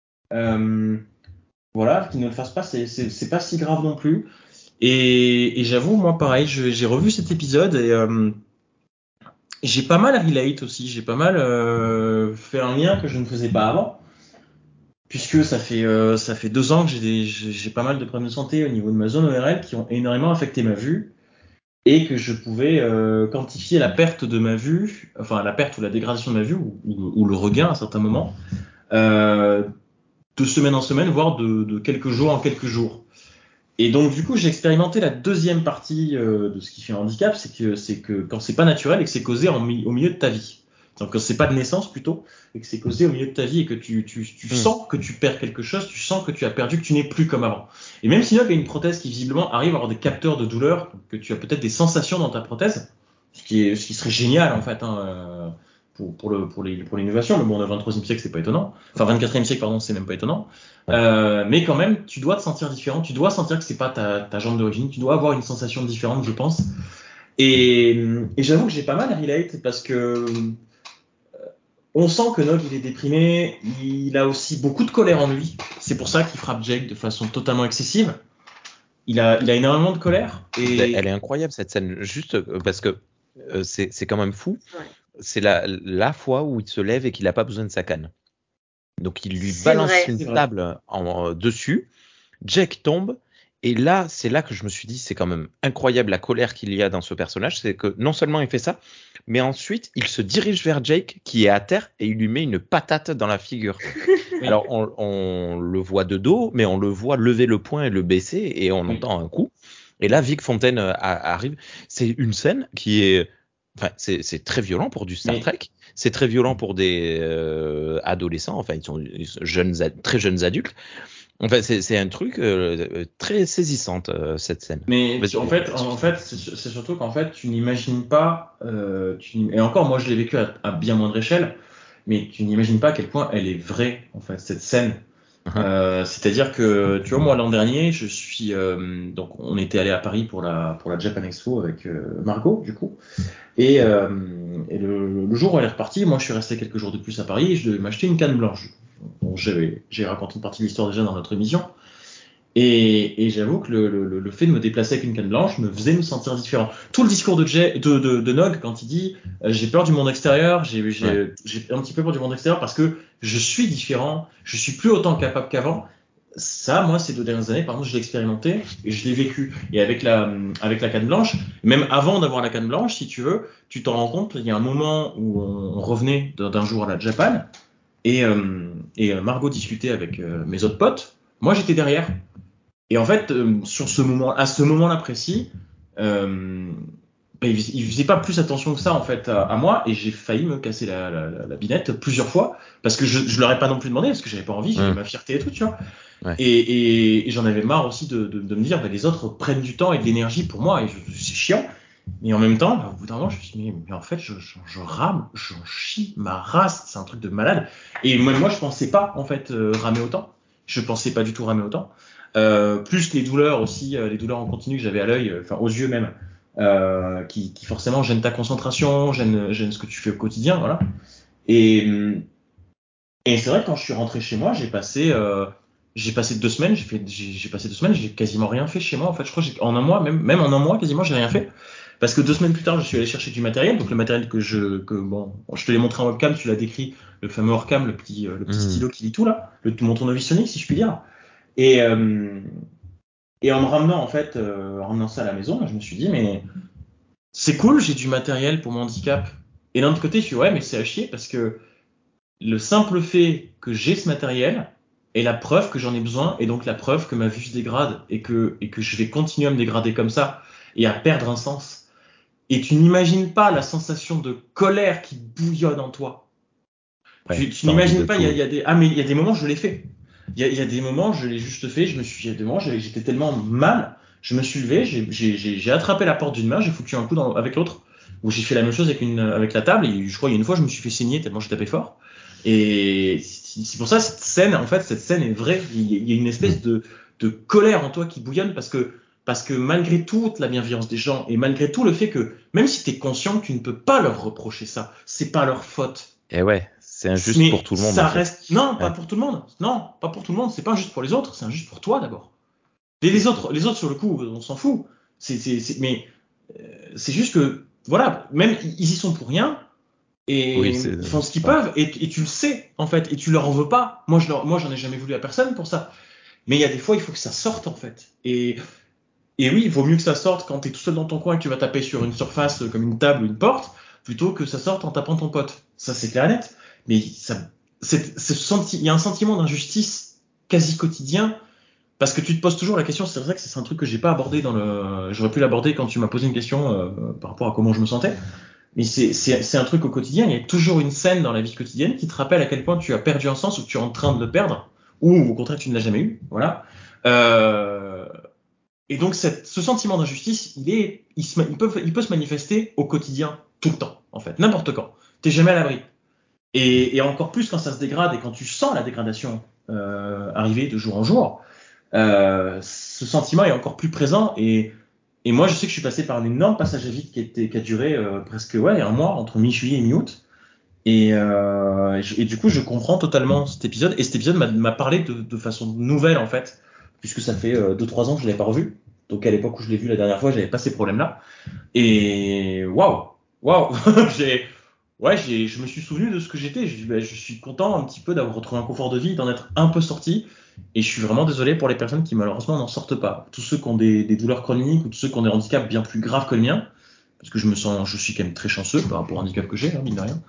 Voilà, qu'il ne le fasse pas, c'est pas si grave non plus. Et j'avoue, moi pareil, j'ai revu cet épisode et j'ai pas mal relate aussi, j'ai pas mal fait un lien que je ne faisais pas avant, puisque ça fait 2 ans que j'ai pas mal de problèmes de santé au niveau de ma zone ORL qui ont énormément affecté ma vue et que je pouvais quantifier la perte de ma vue, enfin la perte ou la dégradation de ma vue ou le regain à certains moments. De semaine en semaine, voire de quelques jours en quelques jours. Et donc du coup, j'ai expérimenté la deuxième partie de ce qui fait un handicap, c'est que quand c'est pas naturel et que c'est causé au milieu de ta vie. Donc quand c'est pas de naissance plutôt, et que c'est causé au milieu de ta vie et que tu sens que tu perds quelque chose, tu sens que tu as perdu, que tu n'es plus comme avant. Et même si Nog a une prothèse qui visiblement arrive à avoir des capteurs de douleur, que tu as peut-être des sensations dans ta prothèse, ce qui serait génial en fait. Pour l'innovation, mais bon, on est au 23e siècle, c'est pas étonnant. Enfin, 24e siècle, pardon, c'est même pas étonnant. Mais quand même, tu dois te sentir différent, tu dois sentir que c'est pas ta jambe d'origine, tu dois avoir une sensation différente, je pense. Et j'avoue que j'ai pas mal relate parce que on sent que Nog, il est déprimé, il a aussi beaucoup de colère en lui. C'est pour ça qu'il frappe Jake de façon totalement excessive. Il a énormément de colère. Et Elle est incroyable cette scène, juste parce que c'est quand même fou. Ouais. C'est la fois où il se lève et qu'il n'a pas besoin de sa canne. Donc il lui balance une table dessus. Jake tombe. Et là, c'est là que je me suis dit, c'est quand même incroyable la colère qu'il y a dans ce personnage. C'est que non seulement il fait ça, mais ensuite il se dirige vers Jake qui est à terre et il lui met une patate dans la figure. Oui. Alors on le voit de dos, mais on le voit lever le poing et le baisser et on entend un coup. Et là, Vic Fontaine arrive. C'est une scène qui est, enfin, c'est très violent pour du Star Trek. C'est très violent pour des adolescents. Enfin, ils sont jeunes, très jeunes adultes. Enfin, c'est un truc très saisissante cette scène. Mais en fait, c'est surtout qu'en fait, tu n'imagines pas. Et encore, moi, je l'ai vécu à bien moindre échelle, mais tu n'imagines pas à quel point elle est vraie, en fait, cette scène. C'est-à-dire que, tu vois, moi, l'an dernier, donc, on était allé à Paris pour la Japan Expo avec Margot, du coup. Et le jour où elle est repartie, moi, je suis resté quelques jours de plus à Paris et je devais m'acheter une canne blanche. Bon, j'ai raconté une partie de l'histoire déjà dans notre émission. Et j'avoue que le fait de me déplacer avec une canne blanche me faisait me sentir différent. Tout le discours de Nog quand il dit j'ai peur du monde extérieur, j'ai un petit peu peur du monde extérieur parce que je suis différent, je suis plus autant capable qu'avant. Ça, moi, ces 2 dernières années, par contre, je l'ai expérimenté et je l'ai vécu. Et avec la canne blanche, même avant d'avoir la canne blanche, si tu veux, tu t'en rends compte. Il y a un moment où on revenait d'un jour à la Japan et Margot discutait avec mes autres potes. Moi, j'étais derrière. Et en fait, à ce moment-là précis, il faisait pas plus attention que ça en fait à moi, et j'ai failli me casser la binette plusieurs fois parce que je leur ai pas non plus demandé parce que j'avais pas envie, j'avais ma fierté et tout, tu vois. Ouais. Et j'en avais marre aussi de me dire, les autres prennent du temps et de l'énergie pour moi, et c'est chiant. Et en même temps, au bout d'un moment, je me suis dit, mais en fait, je rame, j'en chie ma race, c'est un truc de malade. Et moi, je pensais pas, en fait, ramer autant. Je pensais pas du tout ramer autant. Plus les douleurs aussi, les douleurs en continu que j'avais à l'œil, enfin aux yeux même, qui forcément gênent ta concentration, gênent ce que tu fais au quotidien, voilà. Et, et c'est vrai que quand je suis rentré chez moi, j'ai passé 2 semaines, j'ai passé 2 semaines, j'ai quasiment rien fait chez moi. En fait, je crois que en un mois, même en un mois, quasiment, j'ai rien fait. Parce que 2 semaines plus tard, je suis allé chercher du matériel. Donc le matériel bon, je te l'ai montré en webcam, tu l'as décrit, le fameux Orcam, le petit stylo qui lit tout là, mon tournevis sonique, si je puis dire. Et, et en me ramenant, en fait, en ramenant ça à la maison, je me suis dit, mais c'est cool, j'ai du matériel pour mon handicap. Et d'un autre côté, je suis ouais, mais c'est à chier parce que le simple fait que j'ai ce matériel est la preuve que j'en ai besoin, et donc la preuve que ma vue se dégrade et que je vais continuer à me dégrader comme ça et à perdre un sens. Et tu n'imagines pas la sensation de colère qui bouillonne en toi. Ouais, Tu t'as envie n'imagines de pas, tout. mais il y a des moments, je l'ai fait. Il y a des moments, je l'ai juste fait, il y a des moments, j'étais tellement mal, je me suis levé, j'ai attrapé la porte d'une main, j'ai foutu un coup avec l'autre, où j'ai fait la même chose avec la table, et je crois, il y a une fois, je me suis fait saigner tellement j'ai tapé fort. Et c'est pour ça, cette scène est vraie. Il y a une espèce de colère en toi qui bouillonne parce que malgré toute la bienveillance des gens, et malgré tout le fait que, même si tu es conscient que tu ne peux pas leur reprocher ça, c'est pas leur faute. Et ouais, c'est injuste pour Mais tout le monde en ça fait. reste. Non, pas Ouais. pour tout le monde. Non, pas pour tout le monde. C'est pas injuste pour les autres, c'est injuste pour toi d'abord. Et les autres, sur le coup, on s'en fout. Mais c'est juste que, voilà, même ils y sont pour rien, Oui, et ils font ce qu'ils peuvent, et tu le sais, en fait, et tu leur en veux pas. Moi, j'en ai jamais voulu à personne pour ça. Mais il y a des fois, il faut que ça sorte, en fait. Et oui, il vaut mieux que ça sorte quand tu es tout seul dans ton coin et que tu vas taper sur une surface comme une table ou une porte, plutôt que ça sorte en tapant ton pote. Ça, c'est clair et net. Mais il y a un sentiment d'injustice quasi quotidien, parce que tu te poses toujours la question. C'est vrai que c'est un truc que j'ai pas abordé j'aurais pu l'aborder quand tu m'as posé une question par rapport à comment je me sentais. Mais c'est un truc au quotidien. Il y a toujours une scène dans la vie quotidienne qui te rappelle à quel point tu as perdu un sens, ou que tu es en train de le perdre, ou au contraire tu ne l'as jamais eu. Voilà. Euh, et donc, ce sentiment d'injustice, il peut se manifester au quotidien, tout le temps, en fait, n'importe quand. T'es jamais à l'abri. Et encore plus quand ça se dégrade et quand tu sens la dégradation arriver de jour en jour, ce sentiment est encore plus présent. Et moi, je sais que je suis passé par un énorme passage à vide qui a duré presque un mois, entre mi-juillet et mi-août. Et du coup, je comprends totalement cet épisode. Et cet épisode m'a parlé de façon nouvelle, en fait, puisque ça fait 2-3 ans que je ne l'ai pas revu. Donc à l'époque où je l'ai vu la dernière fois, j'avais pas ces problèmes-là. Et waouh, je me suis souvenu de ce que j'étais. Je suis content un petit peu d'avoir retrouvé un confort de vie, d'en être un peu sorti. Et je suis vraiment désolé pour les personnes qui malheureusement n'en sortent pas. Tous ceux qui ont des douleurs chroniques, ou tous ceux qui ont des handicaps bien plus graves que le mien, parce que je suis quand même très chanceux par rapport au handicap que j'ai, mine de rien.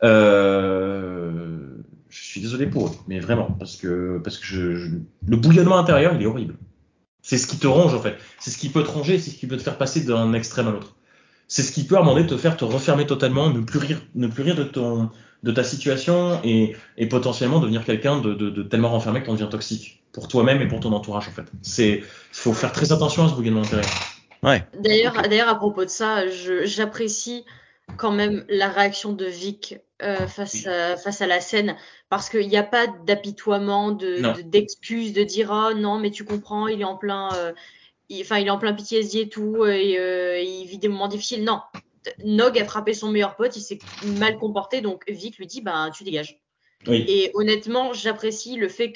Je suis désolé pour eux, mais vraiment, parce que le bouillonnement intérieur, il est horrible. C'est ce qui te ronge, en fait. C'est ce qui peut te ronger, c'est ce qui peut te faire passer d'un extrême à l'autre. C'est ce qui peut, à un moment donné, te faire te refermer totalement, ne plus rire de ta situation, et potentiellement devenir quelqu'un de tellement renfermé que t'en deviens toxique. Pour toi-même et pour ton entourage, en fait. Faut faire très attention à ce bouillonnement intérieur. Ouais. D'ailleurs, à propos de ça, j'apprécie quand même la réaction de Vic face à la scène, parce qu'il n'y a pas d'apitoiement, Non. d'excuses, de dire oh non, mais tu comprends, il est en plein, il est en plein PTSD et tout, et il vit des moments difficiles. Non, Nog a frappé son meilleur pote, il s'est mal comporté, donc Vic lui dit ben tu dégages. Oui. Et honnêtement, j'apprécie le fait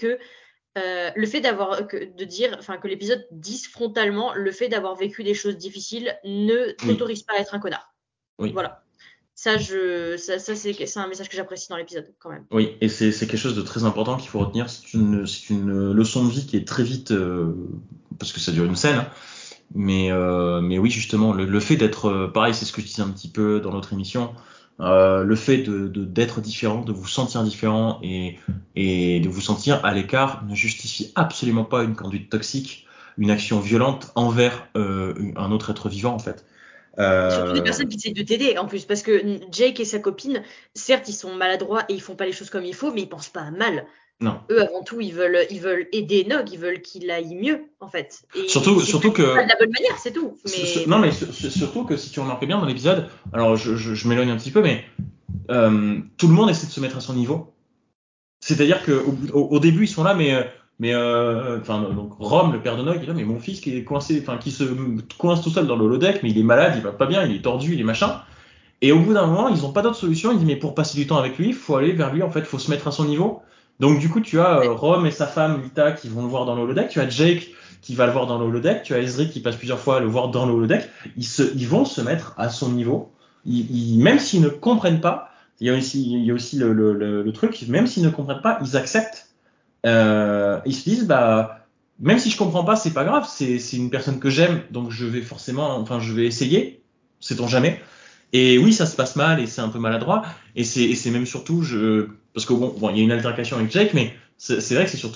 de dire, enfin, que l'épisode dise frontalement le fait d'avoir vécu des choses difficiles ne Oui. t'autorise pas à être un connard. Oui. Voilà. Ça, c'est un message que j'apprécie dans l'épisode, quand même. Oui, et c'est quelque chose de très important qu'il faut retenir. C'est une leçon de vie qui est très vite, parce que ça dure une scène, hein. Mais oui, justement, le fait d'être, pareil, c'est ce que je disais un petit peu dans l'autre émission, le fait d'être différent, de vous sentir différent, et de vous sentir à l'écart ne justifie absolument pas une conduite toxique, une action violente envers un autre être vivant, en fait. Surtout des Euh, personnes qui essaient de t'aider en plus, parce que Jake et sa copine, certes, ils sont maladroits et ils font pas les choses comme il faut, mais ils pensent pas à mal. non. Eux, avant tout, ils veulent aider Nog, ils veulent qu'il aille mieux, en fait. Et c'est Surtout pas que de la bonne manière, c'est tout. Mais non, mais surtout que si tu remarques bien dans l'épisode, alors je m'éloigne un petit peu, mais tout le monde essaie de se mettre à son niveau. C'est-à-dire que au début ils sont là, donc Rome, le père de Nog, il est là, mais mon fils qui est coincé, enfin qui se coince tout seul dans le holodeck, mais il est malade, il va pas bien, il est tordu, il est machin. Et au bout d'un moment, ils ont pas d'autre solution. Ils disent mais pour passer du temps avec lui, il faut aller vers lui. En fait, faut se mettre à son niveau. Donc du coup, tu as Rome et sa femme Lita qui vont le voir dans le holodeck. Tu as Jake qui va le voir dans le holodeck. Tu as Ezri qui passe plusieurs fois à le voir dans le holodeck. Ils vont se mettre à son niveau. Même s'ils ne comprennent pas, il y a aussi le truc. Même s'ils ne comprennent pas, ils acceptent. Ils se disent bah même si je comprends pas, c'est pas grave. C'est une personne que j'aime, donc je vais forcément, enfin je vais essayer. Sait-on jamais. Et oui, ça se passe mal et c'est un peu maladroit. Et c'est même surtout, parce que bon, il y a une altercation avec Jake, mais c'est vrai que c'est surtout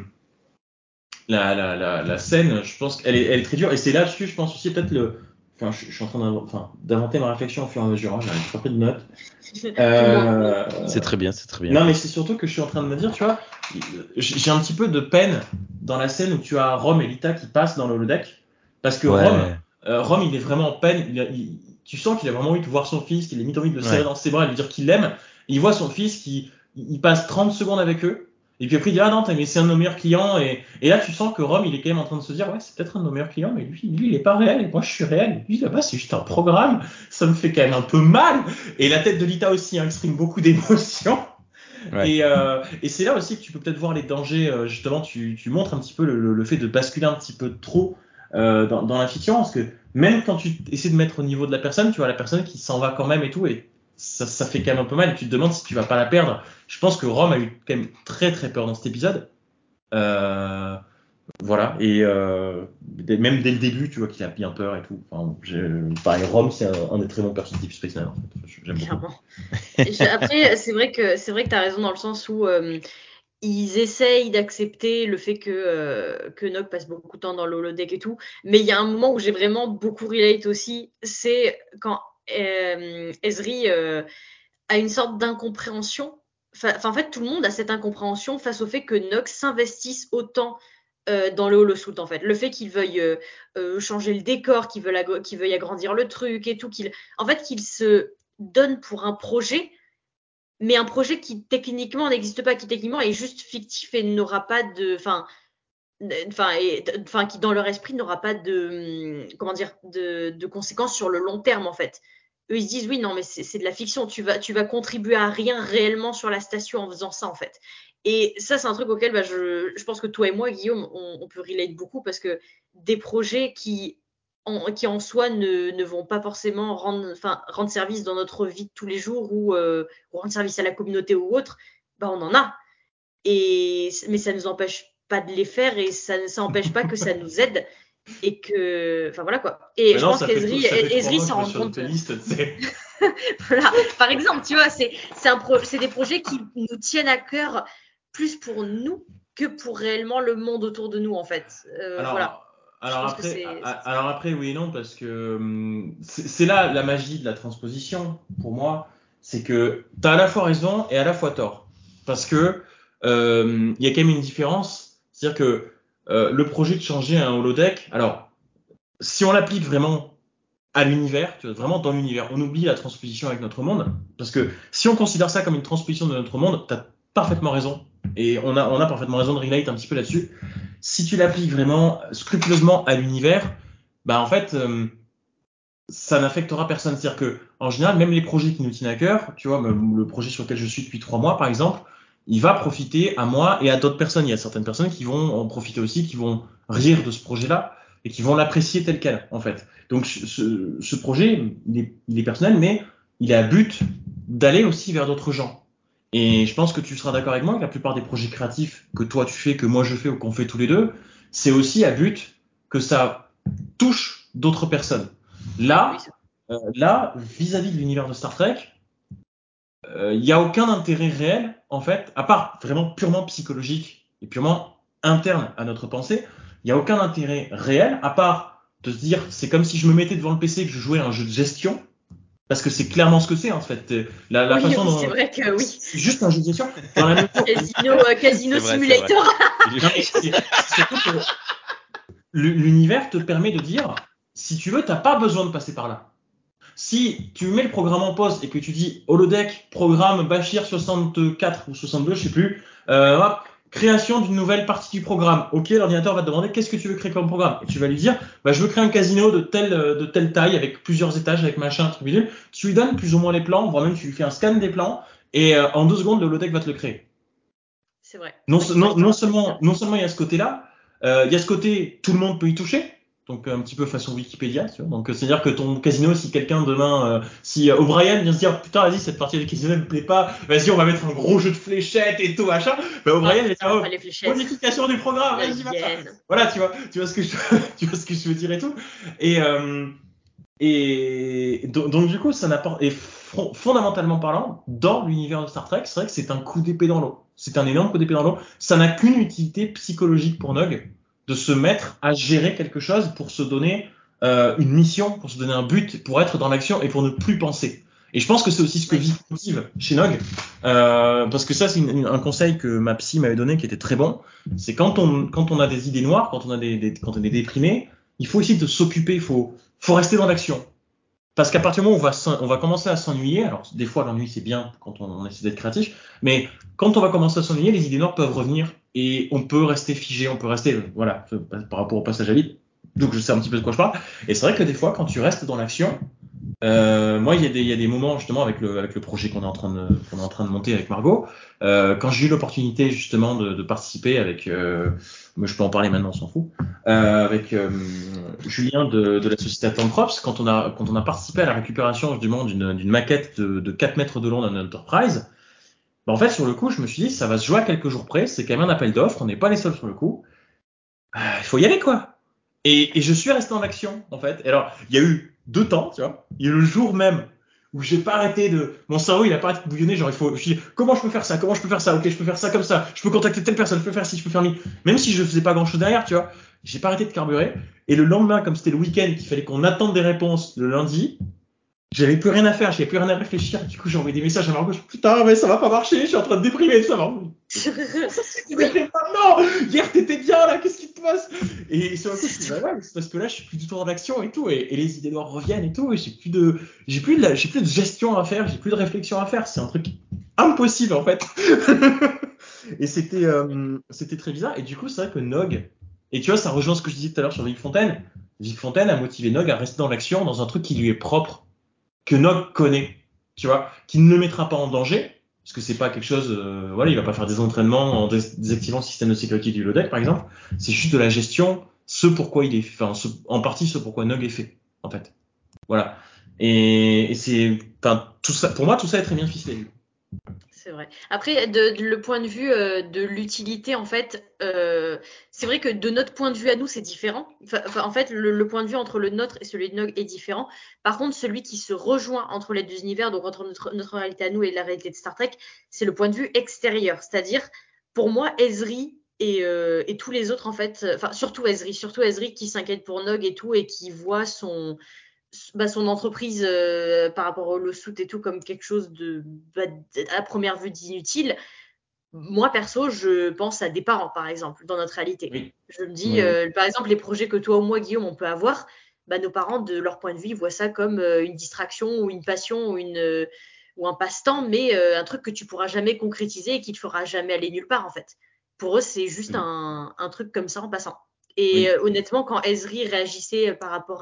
la scène, je pense elle est très dure. Et c'est là-dessus, je pense aussi peut-être enfin, je suis en train d'inventer ma réflexion au fur et à mesure. Hein, j'ai pas pris de notes. moi, C'est très bien, c'est très bien. Non, mais c'est surtout que je suis en train de me dire, tu vois, j'ai un petit peu de peine dans la scène où tu as Rome et Lita qui passent dans le holodeck, parce que Ouais, Rome, il est vraiment en peine. Tu sens qu'il a vraiment envie de voir son fils, qu'il a limite envie de le serrer ouais. dans ses bras et lui dire qu'il l'aime. Il voit son fils qui il passe 30 secondes avec eux. Et puis après, il dit, ah non, mais c'est un de nos meilleurs clients. Et là, tu sens que Rome, il est quand même en train de se dire, ouais, c'est peut-être un de nos meilleurs clients, mais lui, il est pas réel. Et moi, je suis réel. Lui, là-bas, c'est juste un programme. Ça me fait quand même un peu mal. Et la tête de Lita aussi exprime beaucoup d'émotions. Ouais. Et c'est là aussi que tu peux peut-être voir les dangers. Justement, tu montres un petit peu le fait de basculer un petit peu trop dans la fiction, parce que même quand tu essaies de mettre au niveau de la personne, tu vois la personne qui s'en va quand même et tout, et ça fait quand même un peu mal. Et tu te demandes si tu vas pas la perdre. Je pense que Rome a eu quand même très très peur dans cet épisode. Euh, voilà. Et même dès le début, tu vois qu'il a bien peur et tout. Enfin, pareil, Rome, c'est un des très bons personnages de Deep Space Nine. En fait. J'aime beaucoup. clairement. Après, c'est vrai que tu as raison dans le sens où ils essayent d'accepter le fait que Nog passe beaucoup de temps dans le holodeck et tout. Mais il y a un moment où j'ai vraiment beaucoup relate aussi, c'est quand Ezri a une sorte d'incompréhension. Enfin, en fait, tout le monde a cette incompréhension face au fait que Nog s'investisse autant dans le holosuit, en fait. Le fait qu'il veuille changer le décor, qu'il veuille agrandir le truc et tout, qu'il se donne pour un projet, mais un projet qui techniquement n'existe pas, qui techniquement est juste fictif et n'aura pas de, qui dans leur esprit n'aura pas de, comment dire, de conséquences sur le long terme en fait. Eux ils se disent oui non mais c'est de la fiction, tu vas contribuer à rien réellement sur la station en faisant ça en fait. Et ça c'est un truc auquel je pense que toi et moi Guillaume on peut relate beaucoup parce que des projets qui en soi ne vont pas forcément rendre service dans notre vie de tous les jours ou rendre service à la communauté ou autre, bah on en a. Mais ça ne nous empêche pas de les faire et ça n'empêche pas que ça nous aide et que. Enfin voilà quoi. Et je Maintenant, pense qu'Ezri ça fait 3 mois que s'en je rend bosse sur une compte. playlist, tu sais. Voilà. Par exemple, tu vois, c'est des projets qui nous tiennent à cœur plus pour nous que pour réellement le monde autour de nous en fait. Voilà. Alors, Je alors pense que après, c'est. alors après, oui et non, parce que c'est là la magie de la transposition, pour moi, c'est que tu as à la fois raison et à la fois tort. Parce que il y a quand même une différence. C'est-à-dire que le projet de changer un holodeck, alors, si on l'applique vraiment à l'univers, tu vois, vraiment dans l'univers, on oublie la transposition avec notre monde. Parce que si on considère ça comme une transposition de notre monde, tu as parfaitement raison. Et on a parfaitement raison de relate un petit peu là-dessus. Si tu l'appliques vraiment scrupuleusement à l'univers, bah en fait, ça n'affectera personne. C'est-à-dire que, en général, même les projets qui nous tiennent à cœur, tu vois, même le projet sur lequel je suis depuis 3 mois, par exemple, il va profiter à moi et à d'autres personnes. Il y a certaines personnes qui vont en profiter aussi, qui vont rire de ce projet-là et qui vont l'apprécier tel quel, en fait. Donc, ce projet, il est personnel, mais il a à but d'aller aussi vers d'autres gens. Et je pense que tu seras d'accord avec moi que la plupart des projets créatifs que toi tu fais, que moi je fais ou qu'on fait tous les deux, c'est aussi à but que ça touche d'autres personnes. Oui, Là, vis-à-vis de l'univers de Star Trek, il n'y a aucun intérêt réel, en fait, à part vraiment purement psychologique et purement interne à notre pensée, il n'y a aucun intérêt réel, à part de se dire, c'est comme si je me mettais devant le PC et que je jouais à un jeu de gestion, parce que c'est clairement ce que c'est en fait. La façon dont c'est vrai que oui. c'est juste un jeu de gestion. Dans la mesure Casino C'est vrai, Simulator. Non, mais c'est surtout que l'univers te permet de dire, si tu veux, t'as pas besoin de passer par là. Si tu mets le programme en pause et que tu dis holodeck, programme Bashir 64 ou 62, je sais plus, hop, création d'une nouvelle partie du programme. Ok, l'ordinateur va te demander qu'est-ce que tu veux créer comme programme. Et tu vas lui dire, bah, je veux créer un casino de telle taille avec plusieurs étages, avec machin, truc bidule. Tu lui donnes plus ou moins les plans, voire même tu lui fais un scan des plans et en 2 secondes, le holodeck va te le créer. C'est vrai. Non, C'est vrai non, qu'il non reste un seulement, non seulement il y a ce côté-là, il y a ce côté tout le monde peut y toucher, donc un petit peu façon Wikipédia, tu vois. Donc c'est-à-dire que ton casino, si quelqu'un demain, si O'Brien vient se dire putain vas-y cette partie du casino ne me plaît pas, vas-y on va mettre un gros jeu de fléchettes et tout machin, bah O'Brien il va dire pas les fléchettes. modification du programme, vas-y machin. Voilà tu vois ce que tu vois ce que je veux dire et tout. Et donc du coup, ça n'apporte et fondamentalement parlant, dans l'univers de Star Trek, c'est vrai que c'est un coup d'épée dans l'eau. C'est un énorme coup d'épée dans l'eau. Ça n'a qu'une utilité psychologique pour Nog de se mettre à gérer quelque chose pour se donner une mission, pour se donner un but, pour être dans l'action et pour ne plus penser. Et je pense que c'est aussi ce que Vic motive chez Nog, parce que ça c'est un conseil que ma psy m'avait donné qui était très bon. C'est quand on a des idées noires, quand on a quand on est déprimé, il faut essayer de s'occuper, faut rester dans l'action. Parce qu'à partir du moment où on va commencer à s'ennuyer, alors des fois l'ennui c'est bien quand on essaie d'être créatif, mais quand on va commencer à s'ennuyer, les idées noires peuvent revenir et on peut rester figé, on peut rester, voilà, par rapport au passage à vide. Donc je sais un petit peu de quoi je parle. Et c'est vrai que des fois, quand tu restes dans l'action, moi il y a des moments justement avec le projet qu'on est en train de monter avec Margot, quand j'ai eu l'opportunité justement de participer avec, mais je peux en parler maintenant, on s'en fout, avec Julien de la société Atomprops, quand on a participé à la récupération justement d'une maquette de 4 mètres de long d'un Enterprise, bah, en fait sur le coup je me suis dit ça va se jouer à quelques jours près, c'est quand même un appel d'offres, on n'est pas les seuls sur le coup, il faut y aller quoi. Et je suis resté en action en fait. Et alors il y a eu 2 temps, tu vois, il y a eu le jour même où j'ai pas arrêté mon cerveau il a pas arrêté de bouillonner, genre je me suis dit, comment je peux faire ça, ok je peux faire ça comme ça, je peux contacter telle personne, je peux faire ci, je peux faire mi, même si je faisais pas grand chose derrière, tu vois, j'ai pas arrêté de carburer. Et le lendemain, comme c'était le week-end, qu'il fallait qu'on attende des réponses le lundi, j'avais plus rien à faire, j'avais plus rien à réfléchir. Du coup, j'ai envoyé des messages à Margot. Je me suis dit, putain, mais ça va pas marcher, je suis en train de déprimer, ça va. Tu déprimes pas, non! Hier, t'étais bien, là, qu'est-ce qui te passe? Et sur le coup, je me suis dit, bah ouais, c'est parce que là, je suis plus du tout dans l'action et tout, et les idées noires reviennent et tout, et j'ai plus de gestion à faire, j'ai plus de réflexion à faire. C'est un truc impossible, en fait. Et c'était très bizarre. Et du coup, c'est vrai que Nog, et tu vois, ça rejoint ce que je disais tout à l'heure sur Vic Fontaine. Vic Fontaine a motivé Nog à rester dans l'action, dans un truc qui lui est propre, que Nog connaît, tu vois, qui ne le mettra pas en danger, parce que c'est pas quelque chose, voilà, il va pas faire des entraînements en désactivant le système de sécurité du holodeck, par exemple. C'est juste de la gestion, en partie ce pourquoi Nog est fait, en fait. Voilà. Et c'est, enfin, tout ça, pour moi, tout ça est très bien ficelé. C'est vrai. Après, le point de vue de l'utilité, en fait, c'est vrai que de notre point de vue à nous, c'est différent. En fait, le point de vue entre le nôtre et celui de Nog est différent. Par contre, celui qui se rejoint entre les 2 univers, donc entre notre réalité à nous et la réalité de Star Trek, c'est le point de vue extérieur. C'est-à-dire, pour moi, Ezri et tous les autres, en fait, enfin, surtout Ezri qui s'inquiète pour Nog et tout, et qui voit son entreprise par rapport au lawsuit et tout comme quelque chose à première vue d'inutile. Moi perso, je pense à des parents par exemple dans notre réalité. Oui. Je me dis par exemple les projets que toi ou moi Guillaume on peut avoir, bah, nos parents de leur point de vue ils voient ça comme une distraction ou une passion ou un passe-temps, mais un truc que tu pourras jamais concrétiser et qui te fera jamais aller nulle part en fait. Pour eux c'est juste un truc comme ça en passant. Et honnêtement quand Ezri réagissait par rapport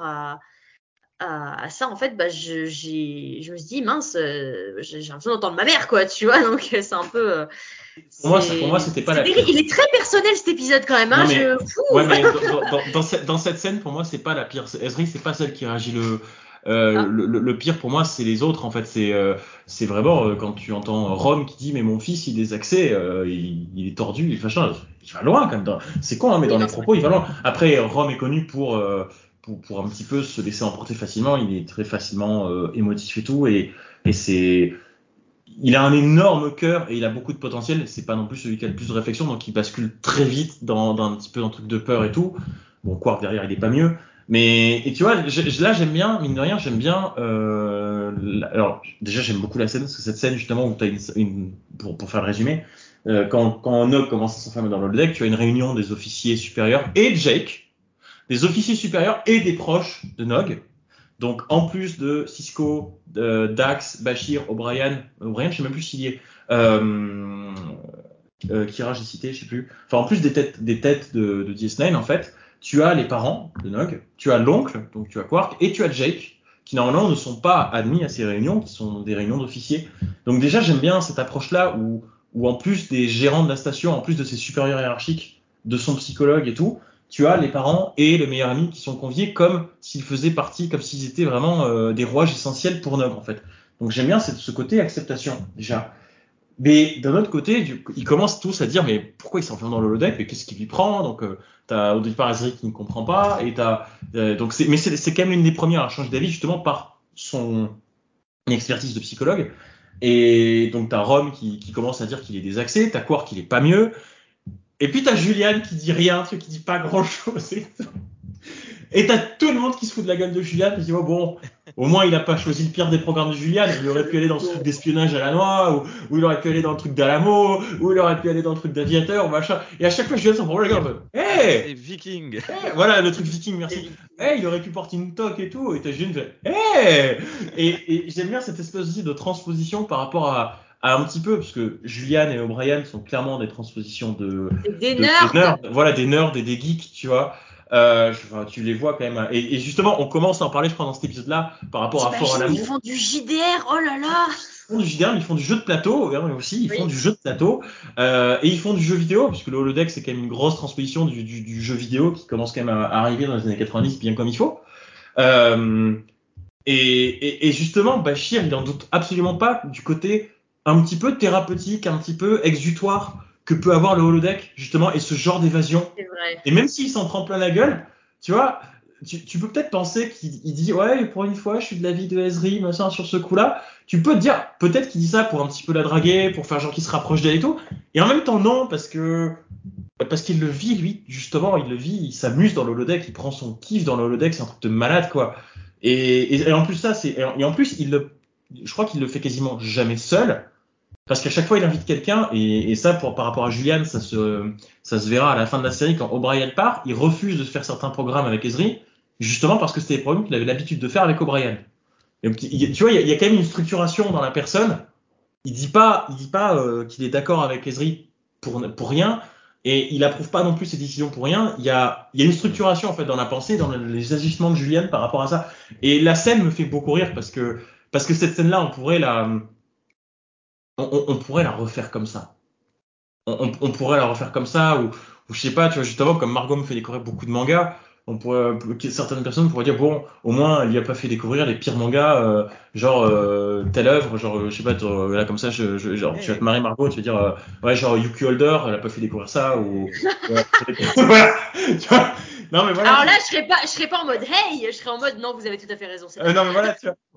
à ça, en fait, bah, je me suis dit, mince, j'ai l'impression d'entendre ma mère, quoi, tu vois, donc c'est un peu. Pour moi, c'était pas la pire. Il est très personnel cet épisode quand même, hein, Non, mais, ouais, mais dans cette scène, pour moi, c'est pas la pire. Ezri, c'est pas celle qui réagit le pire pour moi, c'est les autres, en fait. C'est vraiment quand tu entends Rome qui dit, mais mon fils, il a des accès, il est tordu, il est machin. Il va loin, quand même. C'est con, hein, mais dans les propos, il va loin. Après, Rome est connu pour un petit peu se laisser emporter facilement. Il est très facilement émotif et tout, et il a un énorme cœur et il a beaucoup de potentiel. C'est pas non plus celui qui a le plus de réflexion, donc il bascule très vite dans un petit peu un truc de peur et tout. Bon, Quark derrière, il est pas mieux, Mais et tu vois, là j'aime bien, mine de rien, j'aime bien. Alors déjà j'aime beaucoup la scène, parce que cette scène justement où t'as pour faire le résumé, quand Nog commence à s'enfermer dans le holodeck, tu as une réunion des officiers supérieurs et de Jake, des officiers supérieurs et des proches de Nog. Donc en plus de Cisco, Dax, Bashir, O'Brien, je sais même plus s'il y est. Kira, j'ai cité, je sais plus. Enfin, en plus des têtes de DS9, en fait, tu as les parents de Nog, tu as l'oncle, donc tu as Quark, et tu as Jake, qui normalement ne sont pas admis à ces réunions, qui sont des réunions d'officiers. Donc déjà, j'aime bien cette approche-là où en plus des gérants de la station, en plus de ses supérieurs hiérarchiques, de son psychologue et tout, tu as les parents et le meilleur ami qui sont conviés comme s'ils faisaient partie, comme s'ils étaient vraiment des rouages essentiels pour Nog, en fait. Donc j'aime bien ce côté acceptation, déjà. Mais d'un autre côté, ils commencent tous à dire mais pourquoi il s'enferme dans le holodeck, mais qu'est-ce qui lui prend? Donc t'as au départ Ezri qui ne comprend pas et donc c'est quand même l'une des premières à changer d'avis justement par son expertise de psychologue. Et donc t'as Rome qui commence à dire qu'il est désaxé, t'as Quark qu'il est pas mieux, et puis t'as Julian qui dit rien, qui dit pas grand chose. Et t'as tout le monde qui se fout de la gueule de Julian, qui se dit oh, bon, au moins il a pas choisi le pire des programmes de Julian, il aurait pu aller dans ce truc d'espionnage à la noix, ou il aurait pu aller dans le truc d'Alamo, ou il aurait pu aller dans le truc d'aviateur, ou machin. Et à chaque fois Julian s'en prend le gars, C'est Viking. voilà le truc Viking, merci. Il aurait pu porter une toque et tout, et t'as Julian fait et j'aime bien cette espèce aussi de transposition par rapport à un petit peu, parce que Julian et O'Brien sont clairement des transpositions Des des nerds. nerds, voilà, des nerds et des geeks, tu vois. Tu les vois quand même. Et justement, on commence à en parler, je crois, dans cet épisode-là, par rapport à Fort T'imagines, ils Alamo. font du JDR, oh là là. Ils font du JDR, mais ils font du jeu de plateau hein, aussi. Ils Oui. font du jeu de plateau et ils font du jeu vidéo, puisque le holodeck c'est quand même une grosse transposition du jeu vidéo qui commence quand même à arriver dans les années 90 bien comme il faut. Euh, et justement, Bashir, il n'en doute absolument pas du côté un petit peu thérapeutique, un petit peu exutoire que peut avoir le holodeck, justement, et ce genre d'évasion. C'est vrai. Et même s'il s'en prend plein la gueule, tu vois, tu peux peut-être penser qu'il dit ouais, pour une fois, je suis de l'avis de Ezri, machin, sur ce coup-là. Tu peux te dire peut-être qu'il dit ça pour un petit peu la draguer, pour faire genre qu'il se rapproche d'elle et tout. Et en même temps, non, parce qu'il le vit, lui, justement, il le vit, il s'amuse dans le holodeck, il prend son kiff dans le holodeck, c'est un truc de malade, quoi. Et en plus, et en plus, je crois qu'il le fait quasiment jamais seul, parce qu'à chaque fois, il invite quelqu'un, et ça, par rapport à Julian, ça se verra à la fin de la série, quand O'Brien part, il refuse de faire certains programmes avec Ezri, justement parce que c'était des programmes qu'il avait l'habitude de faire avec O'Brien. Donc, tu vois, il y a quand même une structuration dans la personne. Il dit pas qu'il est d'accord avec Ezri pour rien, et il approuve pas non plus ses décisions pour rien. Il y a une structuration en fait dans la pensée, dans les agissements de Julian par rapport à ça. Et la scène me fait beaucoup rire parce que cette scène-là, on pourrait la refaire comme ça. On pourrait la refaire comme ça, ou je sais pas, tu vois, justement, comme Margot me fait découvrir beaucoup de mangas, certaines personnes pourraient dire, bon, au moins, elle lui a pas fait découvrir les pires mangas, telle œuvre, je sais pas, là, comme ça, genre, tu vas te marrer Margot, tu vas dire, ouais, genre, Yuki Holder, elle a pas fait découvrir ça, ouais, voilà, tu vois. Non, mais voilà. Alors là, je serais pas en mode hey, je serais en mode non, vous avez tout à fait raison. Non, mais voilà, tu vois,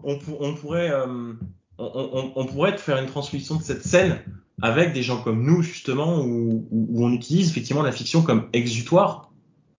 on pourrait te faire une transmission de cette scène avec des gens comme nous, justement, où on utilise effectivement la fiction comme exutoire,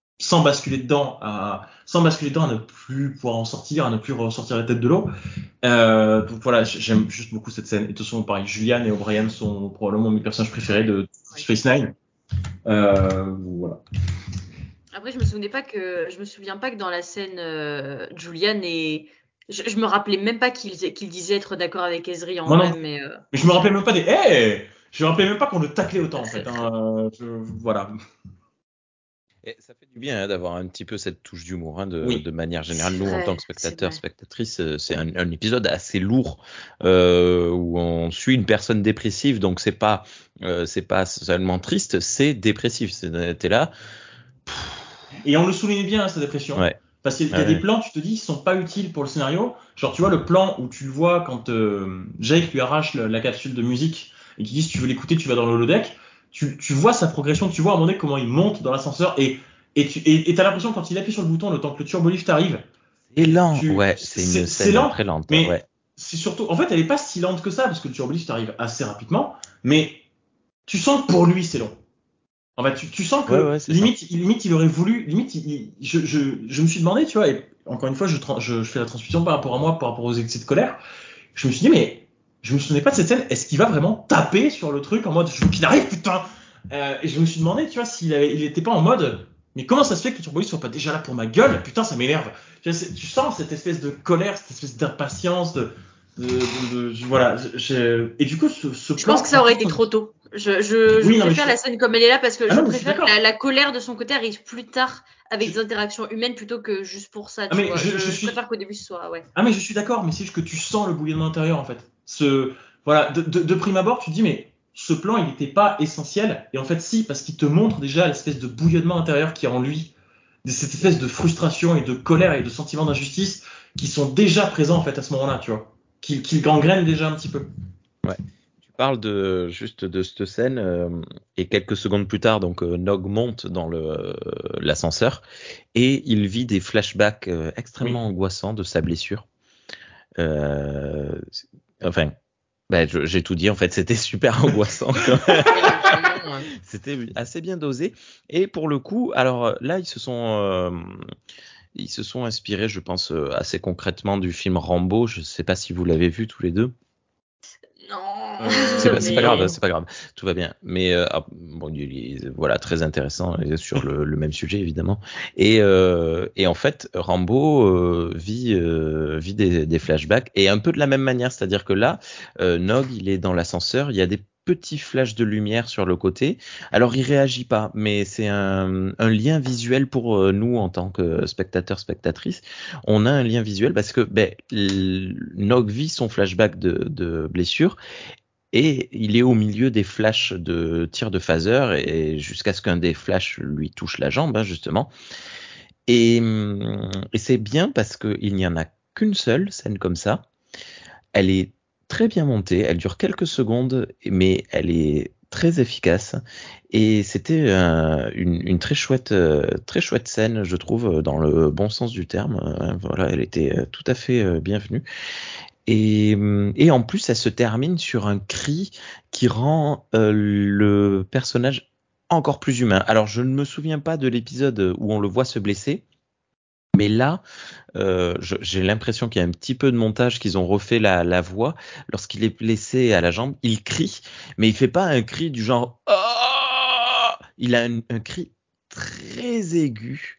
sans basculer dedans à ne plus pouvoir en sortir, à ne plus ressortir la tête de l'eau. Donc voilà, j'aime juste beaucoup cette scène. Et de toute façon, pareil, Julian et O'Brien sont probablement mes personnages préférés de Space Nine. Voilà. Après, je me souviens pas que dans la scène, Julian et je me rappelais même pas qu'il disait être d'accord avec Ezri en Moi vrai, non, mais mais je me rappelais même pas des. Hey, je me rappelais même pas qu'on le taclait autant en fait. Voilà. Et ça fait du bien d'avoir un petit peu cette touche d'humour Oui. de manière générale. c'est Nous, en tant vrai, que c'est spectateurs, vrai. spectatrices, c'est un épisode assez lourd où on suit une personne dépressive. Donc c'est pas seulement triste, c'est dépressif. T'es là. Et on le souligne bien, sa dépression. Ouais. Parce qu'il y a des Ouais. plans, tu te dis, ils sont pas utiles pour le scénario. Genre, tu vois, le plan où tu le vois quand Jake lui arrache la capsule de musique et qui dit, si tu veux l'écouter, tu vas dans le holodeck. Tu vois sa progression, tu vois à un moment donné comment il monte dans l'ascenseur et t'as l'impression quand il appuie sur le bouton, le temps que le turbolift arrive, C'est lent. Ouais, c'est une c'est scène lent, très lente. mais Ouais. c'est surtout, en fait, elle est pas si lente que ça parce que le turbolift arrive assez rapidement, mais tu sens que pour lui, c'est long. En fait, tu sens Ouais, que ouais, c'est ça. limite, il aurait voulu, limite, je me suis demandé, tu vois, et encore une fois, je fais la transmission par rapport à moi, par rapport aux excès de colère. Je me suis dit, mais je me souvenais pas de cette scène. Est-ce qu'il va vraiment taper sur le truc en mode, je veux qu'il arrive, putain. Et je me suis demandé, tu vois, il était pas en mode, mais comment ça se fait que le Turbo soit pas déjà là pour ma gueule? Putain, ça m'énerve. Tu sens cette espèce de colère, cette espèce d'impatience, voilà. Et du coup, ce Je pense plan que ça prend aurait toute été son. trop tôt. Je Oui, non, mais préfère la scène comme elle est là parce que ah je non, mais je suis préfère que d'accord. la colère de son côté arrive plus tard avec des Je- interactions humaines plutôt que juste pour ça, Ah, tu mais vois. je Je suis. préfère qu'au début ce soit, ouais. Ah, mais je suis d'accord, mais c'est juste que tu sens le bouillonnement intérieur, en fait. Voilà, de prime abord, tu te dis, mais ce plan, il n'était pas essentiel. Et en fait, si, parce qu'il te montre déjà l'espèce de bouillonnement intérieur qu'il y a en lui, cette espèce de frustration et de colère et de sentiment d'injustice qui sont déjà présents, en fait, à ce moment-là, tu vois. Qui gangrènent déjà un petit peu. Ouais. Tu parles juste de cette scène et quelques secondes plus tard, donc Nog monte dans l'ascenseur et il vit des flashbacks extrêmement Oui. angoissants de sa blessure. Euh, enfin, ben, j'ai tout dit en fait, c'était super angoissant quand même. C'était assez bien dosé. Et pour le coup, alors là, ils se sont inspirés, je pense, assez concrètement du film Rambo. Je ne sais pas si vous l'avez vu tous les deux. Non, C'est pas grave, mais c'est pas grave, tout va bien. Mais bon, voilà, très intéressant sur le même sujet évidemment. Et en fait, Rambo vit des flashbacks et un peu de la même manière, c'est-à-dire que là, Nog, il est dans l'ascenseur, il y a des petits flashs de lumière sur le côté. Alors il réagit pas, mais c'est un lien visuel pour nous en tant que spectateurs, spectatrices. On a un lien visuel parce que ben, Nog vit son flashback de blessure et il est au milieu des flashs de tir de phaser et jusqu'à ce qu'un des flashs lui touche la jambe, hein, justement. Et c'est bien parce qu'il n'y en a qu'une seule scène comme ça. Elle est très bien montée, elle dure quelques secondes, mais elle est très efficace. Et c'était une très chouette scène, je trouve, dans le bon sens du terme. Voilà, elle était tout à fait bienvenue. Et en plus, elle se termine sur un cri qui rend le personnage encore plus humain. Alors, je ne me souviens pas de l'épisode où on le voit se blesser, mais là, j'ai l'impression qu'il y a un petit peu de montage, qu'ils ont refait la voix. Lorsqu'il est blessé à la jambe, il crie, mais il fait pas un cri du genre «Oh!». Il a un cri très aigu.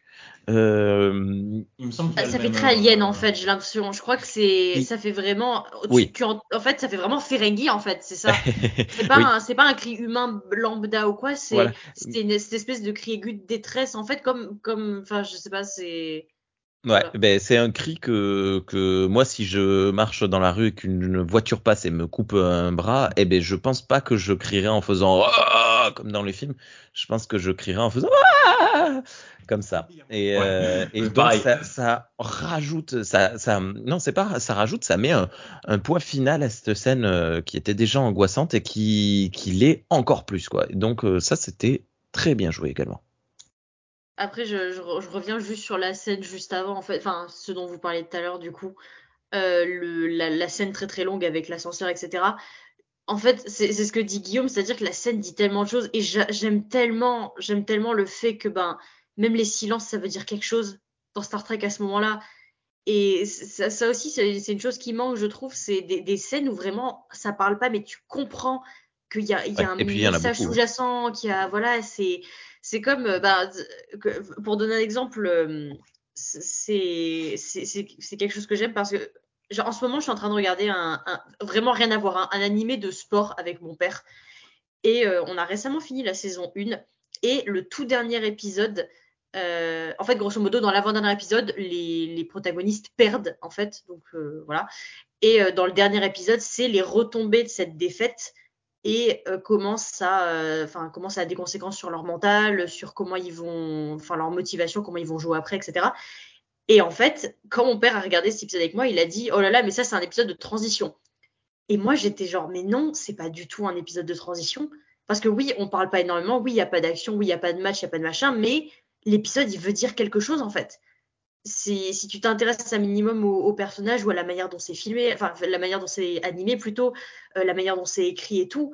Euh, Il me semble qu'il y a le ça fait même. très alien en fait, j'ai l'impression. Je crois que il- ça fait vraiment, oui, en fait, ça fait vraiment Ferengi en fait, c'est ça. oui, C'est pas un cri humain lambda ou quoi, voilà. cette espèce de cri aigu de détresse en fait, enfin, je sais pas, Ouais, voilà. ben c'est un cri que moi, si je marche dans la rue et qu'une voiture passe et me coupe un bras, eh ben je pense pas que je crierai en faisant «Ah!», comme dans les films. Je pense que je crierai en faisant «Ah!», comme ça. Et Ouais, donc pareil. ça rajoute, non c'est pas, ça rajoute, ça met un point final à cette scène qui était déjà angoissante et qui l'est encore plus quoi. Et donc ça c'était très bien joué également. Après, je reviens juste sur la scène juste avant, en fait, enfin, ce dont vous parliez tout à l'heure, du coup, la scène très très longue avec l'ascenseur, etc. En fait, c'est ce que dit Guillaume, c'est-à-dire que la scène dit tellement de choses et j'aime tellement le fait que, ben, même les silences, ça veut dire quelque chose dans Star Trek à ce moment-là. Et ça aussi, c'est une chose qui manque, je trouve, c'est des scènes où vraiment ça parle pas, mais tu comprends il y Ouais. a un Et puis il y en a message beaucoup. Ouais. sous-jacent, voilà, c'est comme, pour donner un exemple, c'est quelque chose que j'aime parce que, genre, en ce moment, je suis en train de regarder vraiment rien à voir, hein, un animé de sport avec mon père. Et on a récemment fini la saison 1 et le tout dernier épisode, en fait, grosso modo, dans l'avant-dernier épisode, les protagonistes perdent, en fait. Donc voilà. Et dans le dernier épisode, c'est les retombées de cette défaite et comment ça a des conséquences sur leur mental, sur comment ils vont, enfin leur motivation, comment ils vont jouer après, etc. Et en fait, quand mon père a regardé cet épisode avec moi, il a dit oh là là, mais ça c'est un épisode de transition. Et moi, j'étais genre, mais non, c'est pas du tout un épisode de transition. Parce que oui, on parle pas énormément, oui, il n'y a pas d'action, oui, il n'y a pas de match, il n'y a pas de machin, mais l'épisode, il veut dire quelque chose, en fait. Si tu t'intéresses un minimum au personnage ou à la manière dont c'est filmé, enfin, la manière dont c'est animé plutôt, la manière dont c'est écrit et tout,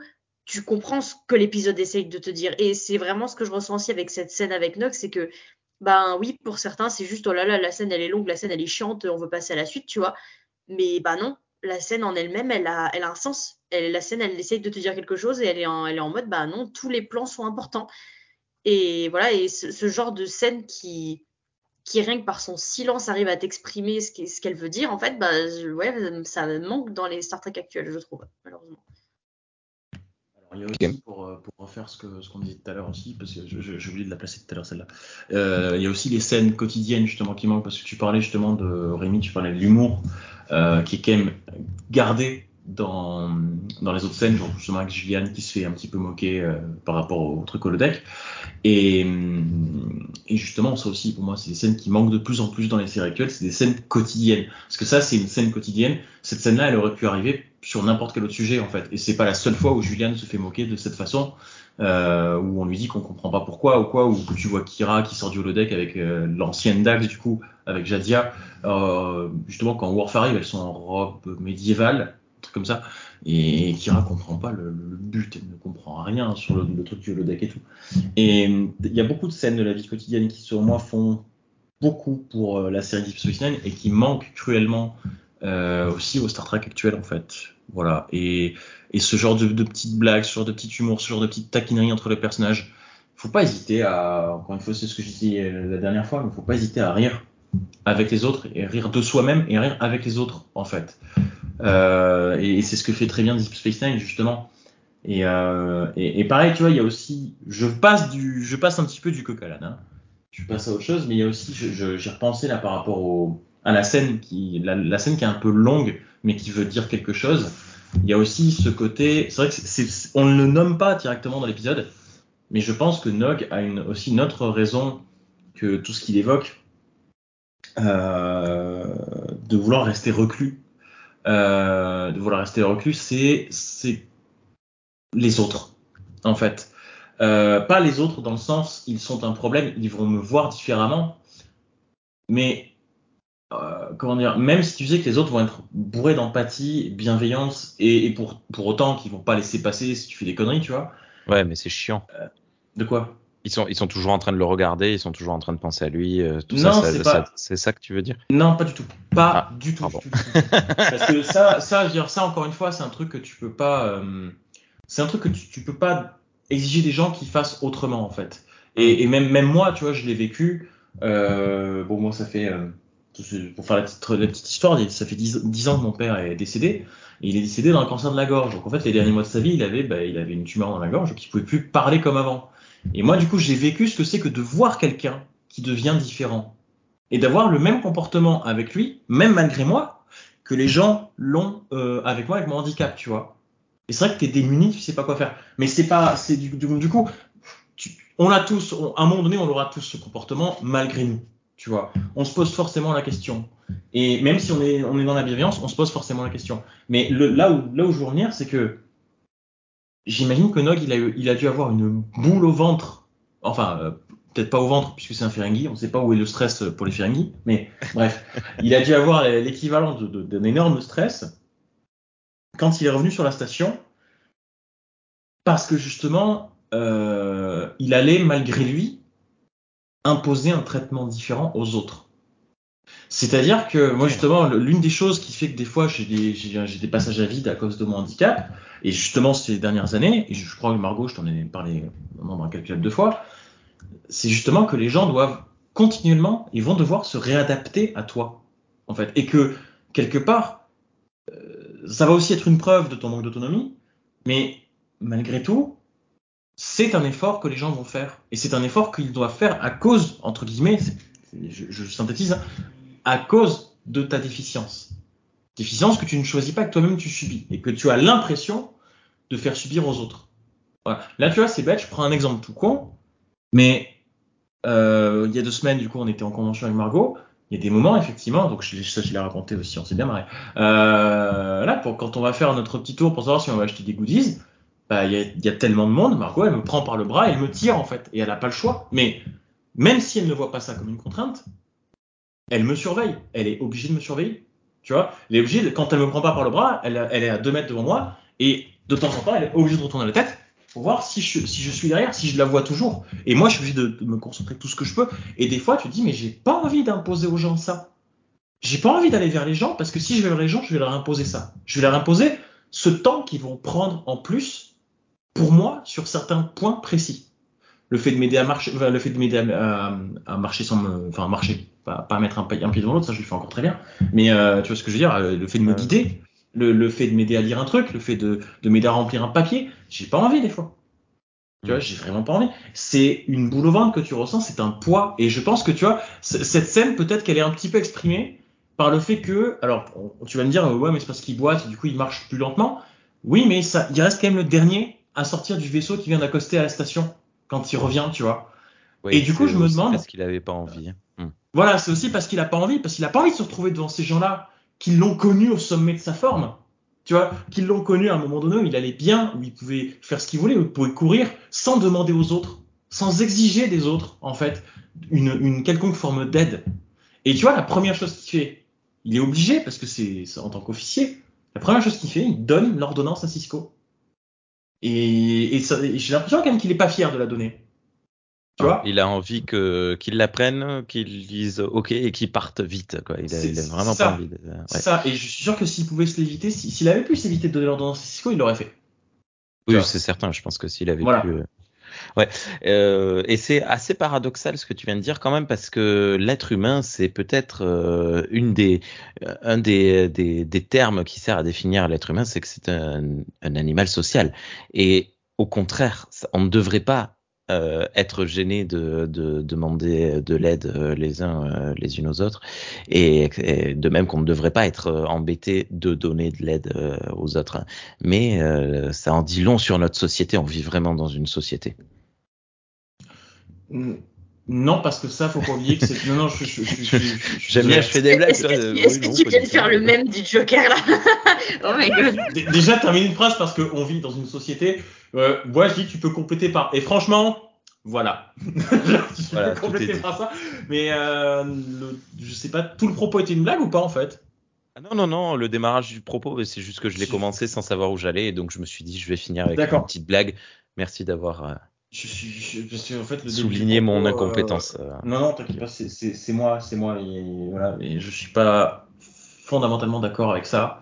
tu comprends ce que l'épisode essaye de te dire. Et c'est vraiment ce que je ressens aussi avec cette scène avec Nox, c'est que, ben oui, pour certains, c'est juste, oh là là, la scène elle est longue, la scène elle est chiante, on veut passer à la suite, tu vois. Mais bah non, la scène en elle-même, elle a un sens. La scène, elle essaye de te dire quelque chose et elle est en mode, bah non, tous les plans sont importants. Et voilà, et ce genre de scène qui rien que par son silence arrive à t'exprimer ce qu'elle veut dire, en fait, bah ouais, ça manque dans les Star Trek actuels, je trouve, malheureusement. Il y a Ok. aussi, pour refaire ce qu'on disait tout à l'heure aussi, parce que j'ai oublié de la placer tout à l'heure celle-là, il y a aussi les scènes quotidiennes justement qui manquent, parce que tu parlais justement de Rémi, tu parlais de l'humour qui est quand même gardé dans les autres scènes, genre justement avec Juliane qui se fait un petit peu moquer par rapport au truc holodeck. Et, et justement, ça aussi, pour moi, c'est des scènes qui manquent de plus en plus dans les séries actuelles, c'est des scènes quotidiennes. Parce que ça, c'est une scène quotidienne. Cette scène-là, elle aurait pu arriver sur n'importe quel autre sujet, en fait. Et c'est pas la seule fois où Juliane se fait moquer de cette façon, où on lui dit qu'on comprend pas pourquoi, ou quoi, ou que tu vois Kira qui sort du holodeck avec l'ancienne Dax, du coup, avec Jadia. Justement, quand Worf arrive, elles sont en robe médiévale, un truc comme ça. Et Kira comprend pas le but, elle ne comprend rien sur le truc du holodeck et tout. Et il y a beaucoup de scènes de la vie quotidienne qui, selon moi, font beaucoup pour la série Deep Space Nine et qui manquent cruellement aussi au Star Trek actuel, en fait. Voilà. Et ce genre de petites blagues, ce genre de petit humour, ce genre de petites taquineries entre les personnages, faut pas hésiter à, encore une fois, c'est ce que j'ai dit la dernière fois, mais faut pas hésiter à rire avec les autres et rire de soi-même et rire avec les autres, en fait. Et c'est ce que fait très bien Deep Space Nine, justement. Et pareil, tu vois, il y a aussi, je passe un petit peu du coq à l'âne, hein. Je passe à autre chose, mais il y a aussi, j'ai repensé là par rapport à la scène la scène qui est un peu longue, mais qui veut dire quelque chose. Il y a aussi ce côté, c'est vrai que on ne le nomme pas directement dans l'épisode, mais je pense que Nog a aussi une autre raison que tout ce qu'il évoque, de vouloir rester reclus. C'est les autres, en fait. Pas les autres dans le sens, ils sont un problème, ils vont me voir différemment, mais comment dire, même si tu sais que les autres vont être bourrés d'empathie, bienveillance, et pour autant qu'ils vont pas laisser passer si tu fais des conneries, tu vois. Ouais, mais c'est chiant. De quoi? Ils sont toujours en train de le regarder, ils sont toujours en train de penser à lui, tout ça, Non, c'est pas. c'est ça que tu veux dire? Non, pas du tout. Pas Ah, du tout, pardon. du tout, du tout, du tout. Parce que ça, je veux dire, ça, encore une fois, c'est un truc que tu peux pas. C'est un truc que tu peux pas exiger des gens qui fassent autrement, en fait. Et même moi, tu vois, je l'ai vécu. Bon, moi, ça fait. Pour faire la petite histoire, ça fait 10 ans que mon père est décédé. Et il est décédé d'un cancer de la gorge. Donc, en fait, les derniers mois de sa vie, il avait une tumeur dans la gorge, donc il pouvait plus parler comme avant. Et moi, du coup, j'ai vécu ce que c'est que de voir quelqu'un qui devient différent et d'avoir le même comportement avec lui, même malgré moi, que les gens l'ont avec moi, avec mon handicap, tu vois. Et c'est vrai que t'es démuni, tu sais pas quoi faire. Mais c'est pas, c'est du coup, on a tous, à un moment donné, on aura tous ce comportement malgré nous, tu vois. On se pose forcément la question. Et même si on est dans la bienveillance, on se pose forcément la question. Mais là où je veux revenir, c'est que j'imagine que Nog, il a dû avoir une boule au ventre. Enfin, peut-être pas au ventre, puisque c'est un Ferengi. On ne sait pas où est le stress pour les Ferengi. Mais bref, il a dû avoir l'équivalent d'un énorme stress quand il est revenu sur la station. Parce que justement, il allait, malgré lui, imposer un traitement différent aux autres. C'est-à-dire que moi, justement, l'une des choses qui fait que des fois, j'ai des passages à vide à cause de mon handicap, et justement, ces dernières années, et je crois que Margot, je t'en ai parlé dans quelques 2 fois, c'est justement que les gens doivent continuellement, ils vont devoir se réadapter à toi, en fait. Et que, quelque part, ça va aussi être une preuve de ton manque d'autonomie, mais malgré tout, c'est un effort que les gens vont faire. Et c'est un effort qu'ils doivent faire à cause, entre guillemets, je synthétise, hein, à cause de ta déficience. Déficience que tu ne choisis pas, que toi-même tu subis. Et que tu as l'impression de faire subir aux autres. Voilà. Là, tu vois, c'est bête, je prends un exemple tout con, mais il y a 2 semaines, du coup, on était en convention avec Margot. Il y a des moments, effectivement, donc je l'ai raconté aussi, on s'est bien marré. Là, quand on va faire notre petit tour pour savoir si on va acheter des goodies, bah, il y a tellement de monde, Margot, elle me prend par le bras et elle me tire, en fait. Et elle n'a pas le choix. Mais même si elle ne voit pas ça comme une contrainte, elle me surveille. Elle est obligée de me surveiller. Tu vois, elle est obligée, quand elle me prend pas par le bras, elle est à 2 mètres devant moi. Et de temps en temps, elle est obligée de retourner la tête pour voir si je suis derrière, si je la vois toujours. Et moi, je suis obligé de me concentrer tout ce que je peux. Et des fois, tu te dis, mais j'ai pas envie d'imposer aux gens ça. J'ai pas envie d'aller vers les gens parce que si je vais vers les gens, je vais leur imposer ça. Je vais leur imposer ce temps qu'ils vont prendre en plus pour moi sur certains points précis. Le fait de m'aider à marcher, le fait de m'aider à marcher sans me, enfin marcher, pas mettre un pied devant l'autre, ça je le fais encore très bien. Mais tu vois ce que je veux dire, le fait de me guider, le fait de m'aider à lire un truc, le fait de m'aider à remplir un papier, j'ai pas envie des fois. Tu vois, j'ai vraiment pas envie. C'est une boule au ventre que tu ressens, c'est un poids. Et je pense que tu vois, cette scène peut-être qu'elle est un petit peu exprimée par le fait que, alors tu vas me dire ouais mais c'est parce qu'il boite et du coup il marche plus lentement. Oui mais ça, il reste quand même le dernier à sortir du vaisseau qui vient d'accoster à la station quand il revient, tu vois. Et Oui, du coup, c'est je me aussi demande, parce qu'il avait pas envie. voilà, c'est aussi parce qu'il a pas envie, parce qu'il a pas envie de se retrouver devant ces gens-là qui l'ont connu au sommet de sa forme. Tu vois, qui l'ont connu à un moment donné où il allait bien, où il pouvait faire ce qu'il voulait, où il pouvait courir sans demander aux autres, sans exiger des autres, en fait, une quelconque forme d'aide. Et tu vois, la première chose qu'il fait, il est obligé, parce que c'est en tant qu'officier, la première chose qu'il fait, il donne l'ordonnance à Cisco. Et j'ai l'impression quand même qu'il est pas fier de la donner. Tu Non, vois? il a envie qu'ils l'apprennent, qu'ils disent OK et qu'ils partent vite, quoi. Il a C'est vraiment pas ça. envie de. C'est Ouais. ça. Et je suis sûr que s'il pouvait se l'éviter, s'il avait pu s'éviter de donner l'ordonnance à Cisco, il l'aurait fait. Tu Oui, vois. c'est certain. Je pense que s'il avait pu. Voilà. Ouais. Et c'est assez paradoxal ce que tu viens de dire quand même parce que l'être humain, c'est peut-être un des termes qui sert à définir l'être humain, c'est que c'est un animal social. Et au contraire, on ne devrait pas être gêné de demander de l'aide les uns les unes aux autres, et de même qu'on ne devrait pas être embêté de donner de l'aide aux autres. Hein. Mais ça en dit long sur notre société. On vit vraiment dans une société. Non, parce que ça, faut pas oublier que c'est. Non, non, je suis J'aime bien, désolé. je fais des blagues. Est-ce Toi, que tu, oui, est-ce que non, tu pas viens du de tout. faire le même du Joker là? Oh my god. Déjà, termine une phrase parce qu'on vit dans une société. Moi, je dis, tu peux compléter par. Et franchement, voilà. Tu peux Voilà, tout est compléter dit. par ça. Mais je sais pas, tout le propos était une blague ou pas en fait? Ah non, non, non, le démarrage du propos, c'est juste que je l'ai commencé sans savoir où j'allais, et donc je me suis dit, je vais finir avec une D'accord. petite blague. Merci d'avoir Parce que en fait le début du souligné mon propos. incompétence. Non non t'inquiète pas c'est moi et voilà et je suis pas fondamentalement d'accord avec ça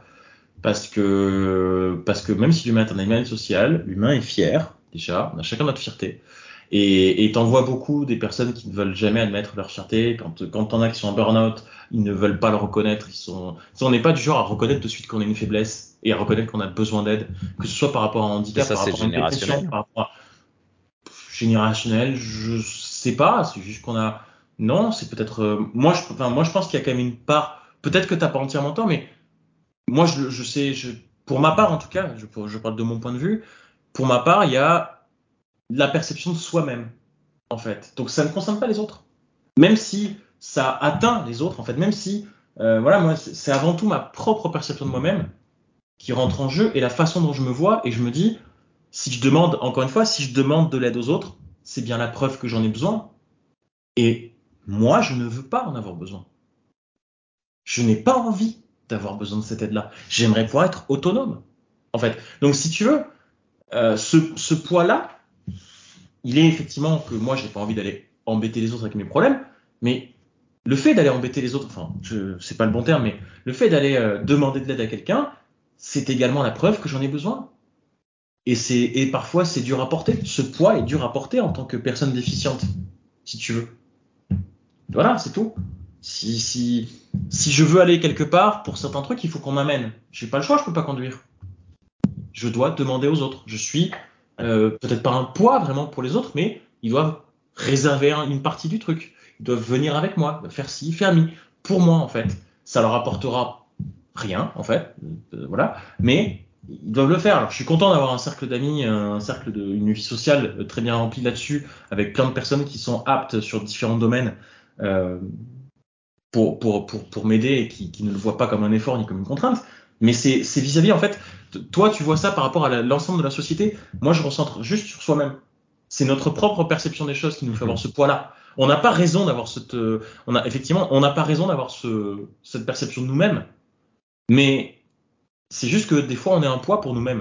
parce que même si l'humain est un animal social, l'humain est fier déjà, on a chacun notre fierté et t'en vois beaucoup des personnes qui ne veulent jamais admettre leur fierté quand t'en as qui sont en burn-out, ils ne veulent pas le reconnaître, on n'est pas du genre à reconnaître de suite qu'on a une faiblesse et à reconnaître qu'on a besoin d'aide, que ce soit par rapport à un Mais handicap, ça, par c'est rapport à une dépression, générationnel. par rapport à générationnel, je sais pas, c'est juste qu'on a non, c'est peut-être moi je pense qu'il y a quand même une part, peut-être que t'as pas entièrement tort, mais moi je sais pour ma part en tout cas, je parle de mon point de vue, pour ma part, il y a la perception de soi-même en fait. Donc ça ne concerne pas les autres. Même si ça atteint les autres en fait, même si voilà, moi c'est avant tout ma propre perception de moi-même qui rentre en jeu et la façon dont je me vois et je me dis si je demande encore une fois, si je demande de l'aide aux autres, c'est bien la preuve que j'en ai besoin. Et moi, je ne veux pas en avoir besoin. Je n'ai pas envie d'avoir besoin de cette aide-là. J'aimerais pouvoir être autonome, en fait. Donc, si tu veux, ce poids-là, il est effectivement que moi, j'ai pas envie d'aller embêter les autres avec mes problèmes, mais le fait d'aller embêter les autres, enfin, c'est pas le bon terme, mais le fait d'aller demander de l'aide à quelqu'un, c'est également la preuve que j'en ai besoin. Et parfois, c'est dur à porter. Ce poids est dur à porter en tant que personne déficiente, si tu veux. Voilà, c'est tout. Si je veux aller quelque part, pour certains trucs, il faut qu'on m'amène. J'ai pas le choix, je peux pas conduire. Je dois demander aux autres. Je suis peut-être pas un poids vraiment pour les autres, mais ils doivent réserver une partie du truc. Ils doivent venir avec moi, faire ci, faire mi. Pour moi, en fait, ça leur apportera rien, en fait. Voilà. Mais ils doivent le faire. Alors, je suis content d'avoir un cercle d'amis, une vie sociale très bien remplie là-dessus, avec plein de personnes qui sont aptes sur différents domaines. Euh, pour m'aider et qui ne le voient pas comme un effort ni comme une contrainte. Mais c'est vis-à-vis, en fait, toi, tu vois ça par rapport à l'ensemble de la société. Moi, je recentre juste sur soi-même. C'est notre propre perception des choses qui nous fait avoir ce poids-là. On n'a pas raison d'avoir effectivement, on n'a pas raison d'avoir cette perception de nous-mêmes. Mais c'est juste que des fois, on est un poids pour nous-mêmes.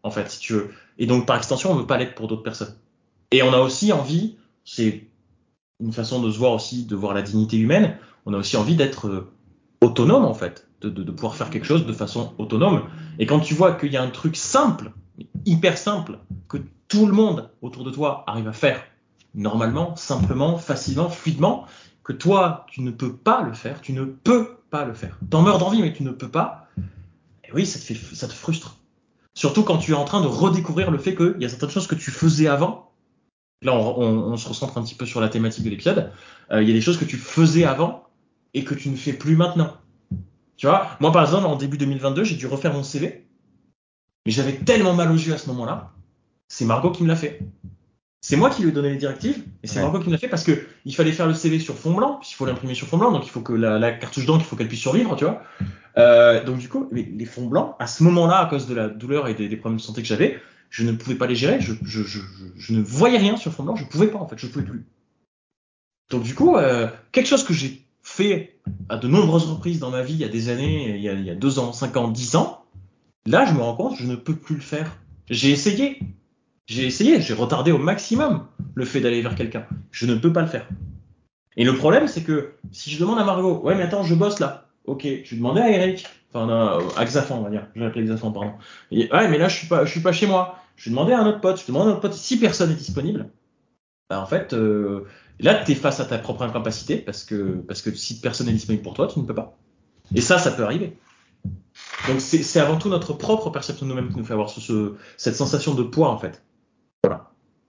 en fait, si tu veux. Et donc, par extension, on veut pas l'être pour d'autres personnes. Et on a aussi envie, c'est une façon de se voir aussi, de voir la dignité humaine, on a aussi envie d'être autonome, en fait, de pouvoir faire quelque chose de façon autonome. Et quand tu vois qu'il y a un truc simple, hyper simple, que tout le monde autour de toi arrive à faire, normalement, simplement, facilement, fluidement, que toi, tu ne peux pas le faire, tu ne peux pas le faire. T'en meurs d'envie, mais tu ne peux pas. Et oui, ça te frustre. Surtout quand tu es en train de redécouvrir le fait qu'il y a certaines choses que tu faisais avant. Là, on se recentre un petit peu sur la thématique de l'épisode. Il y a des choses que tu faisais avant et que tu ne fais plus maintenant. Tu vois, moi, par exemple, en début 2022, j'ai dû refaire mon CV. Mais j'avais tellement mal aux yeux à ce moment-là. C'est Margot qui me l'a fait. C'est moi qui lui ai donné les directives, et c'est Margot qui me l'a fait parce que il fallait faire le CV sur fond blanc, puis il faut l'imprimer sur fond blanc, donc il faut que la cartouche d'encre, il faut qu'elle puisse survivre, tu vois. Donc du coup, les fonds blancs, à ce moment-là, à cause de la douleur et des problèmes de santé que j'avais, je ne pouvais pas les gérer, je ne voyais rien sur fond blanc, je pouvais pas en fait, je pouvais plus. Donc du coup, quelque chose que j'ai fait à de nombreuses reprises dans ma vie, il y a des années, il y a 2 ans, 5 ans, 10 ans, là je me rends compte que je ne peux plus le faire. J'ai essayé, j'ai retardé au maximum le fait d'aller vers quelqu'un. Je ne peux pas le faire. Et le problème, c'est que si je demande à Margot, ouais, mais attends, je bosse là. Ok, je demandais à Eric, enfin à Xafan, on va dire. Je vais appeler Xafan, pardon. Et, ouais, mais là, je suis pas chez moi. Je demandais à un autre pote, je demande à un autre pote si personne n'est disponible. Bah, en fait, là, tu es face à ta propre incapacité parce que si personne n'est disponible pour toi, tu ne peux pas. Et ça peut arriver. Donc c'est avant tout notre propre perception de nous-mêmes qui nous fait avoir cette sensation de poids, en fait. Voilà.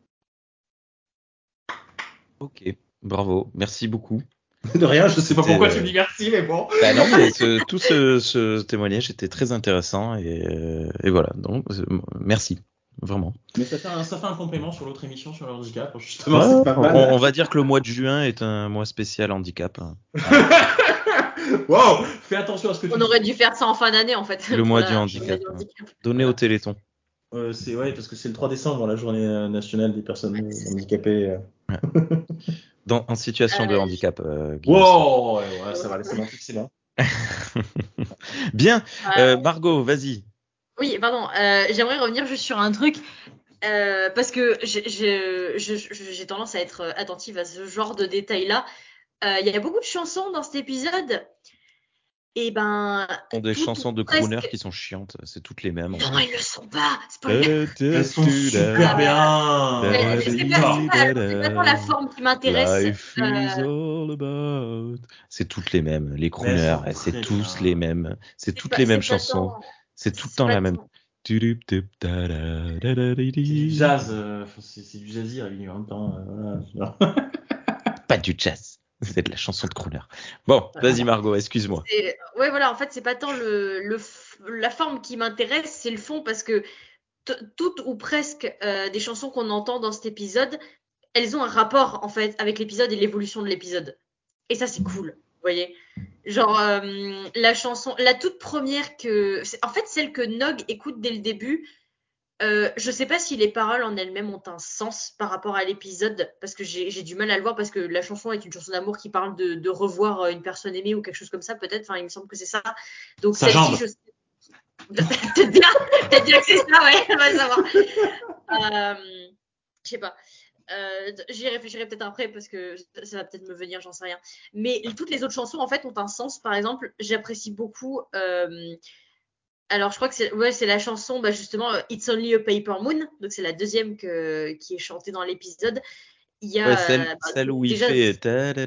Ok, bravo, merci beaucoup. De rien, je sais pas pourquoi tu me dis merci, mais bon. Bah non, mais tout ce témoignage était très intéressant et voilà, donc merci, vraiment. Mais ça fait un complément sur l'autre émission sur le handicap, justement, c'est pas mal. On va dire que le mois de juin est un mois spécial handicap. Wow, fais attention à ce que tu On dis. aurait dû faire ça en fin d'année en fait. Le pour mois la du handicap. Donné au Téléthon. C'est ouais, parce que c'est le 3 décembre, la journée nationale des personnes handicapées. En situation de handicap, Guillaume. Wow, ouais, ça va, laissez moi c'est bon. Bien, Margot, vas-y. Oui, pardon. J'aimerais revenir juste sur un truc. Parce que j'ai tendance à être attentive à ce genre de détails-là. Il y a beaucoup de chansons dans cet épisode. Et ben, Ce sont des toutes chansons ou de crooner presque. qui sont chiantes. C'est toutes les mêmes. Non, elles le sont pas. Spoiler. Elles sont super bien. C'est pas tant la forme qui m'intéresse. Life is all about. C'est toutes les mêmes. Les crooners, c'est tous les mêmes. C'est toutes les mêmes chansons. C'est tout le temps la même. C'est du jazz, c'est du jazzy en même temps. Voilà. Pas du jazz. C'est de la chanson de crooner. Bon, vas-y Margot, excuse-moi. Ouais, voilà, en fait, c'est pas tant la forme qui m'intéresse, c'est le fond, parce que toutes ou presque des chansons qu'on entend dans cet épisode, elles ont un rapport, en fait, avec l'épisode et l'évolution de l'épisode. Et ça, c'est cool, vous voyez. Genre, la toute première en fait, celle que Nog écoute dès le début, je sais pas si les paroles en elles-mêmes ont un sens par rapport à l'épisode, parce que j'ai du mal à le voir, parce que la chanson est une chanson d'amour qui parle de revoir une personne aimée ou quelque chose comme ça, peut-être. Enfin, il me semble que c'est ça. Donc, celle-ci, je sais. Peut-être bien que c'est ça, ouais, on va savoir. Je sais pas. J'y réfléchirai peut-être après parce que ça va peut-être me venir, j'en sais rien. Mais toutes les autres chansons, en fait, ont un sens. Par exemple, j'apprécie beaucoup. Alors, je crois que c'est la chanson, justement, It's Only a Paper Moon. Donc, c'est la deuxième qui est chantée dans l'épisode. Il y a Ouais, celle où il déjà. fait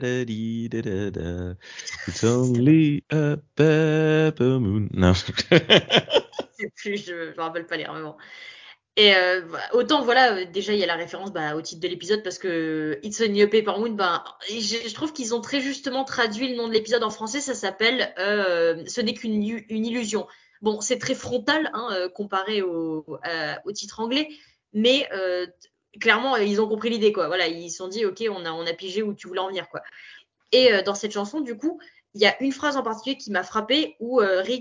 It's only a paper moon. Non. Je sais plus, je me rappelle pas les moments. Et autant, voilà, déjà, il y a la référence au titre de l'épisode parce que It's Only a Paper Moon, je trouve qu'ils ont très justement traduit le nom de l'épisode en français. Ça s'appelle Ce n'est qu'une illusion. Bon, c'est très frontal comparé au titre anglais, mais clairement, ils ont compris l'idée, quoi. Voilà, ils se sont dit, ok, on a pigé où tu voulais en venir, quoi. Et dans cette chanson, du coup, il y a une phrase en particulier qui m'a frappée où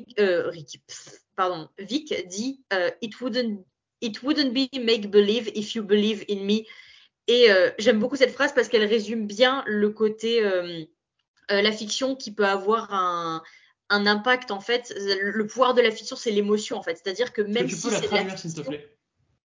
Vic dit It wouldn't be make-believe if you believe in me. Et j'aime beaucoup cette phrase parce qu'elle résume bien le côté la fiction qui peut avoir un impact, en fait. Le pouvoir de la fiction, c'est l'émotion, en fait. C'est-à-dire que même tu si peux la c'est de la traduire, s'il te fiction, plaît?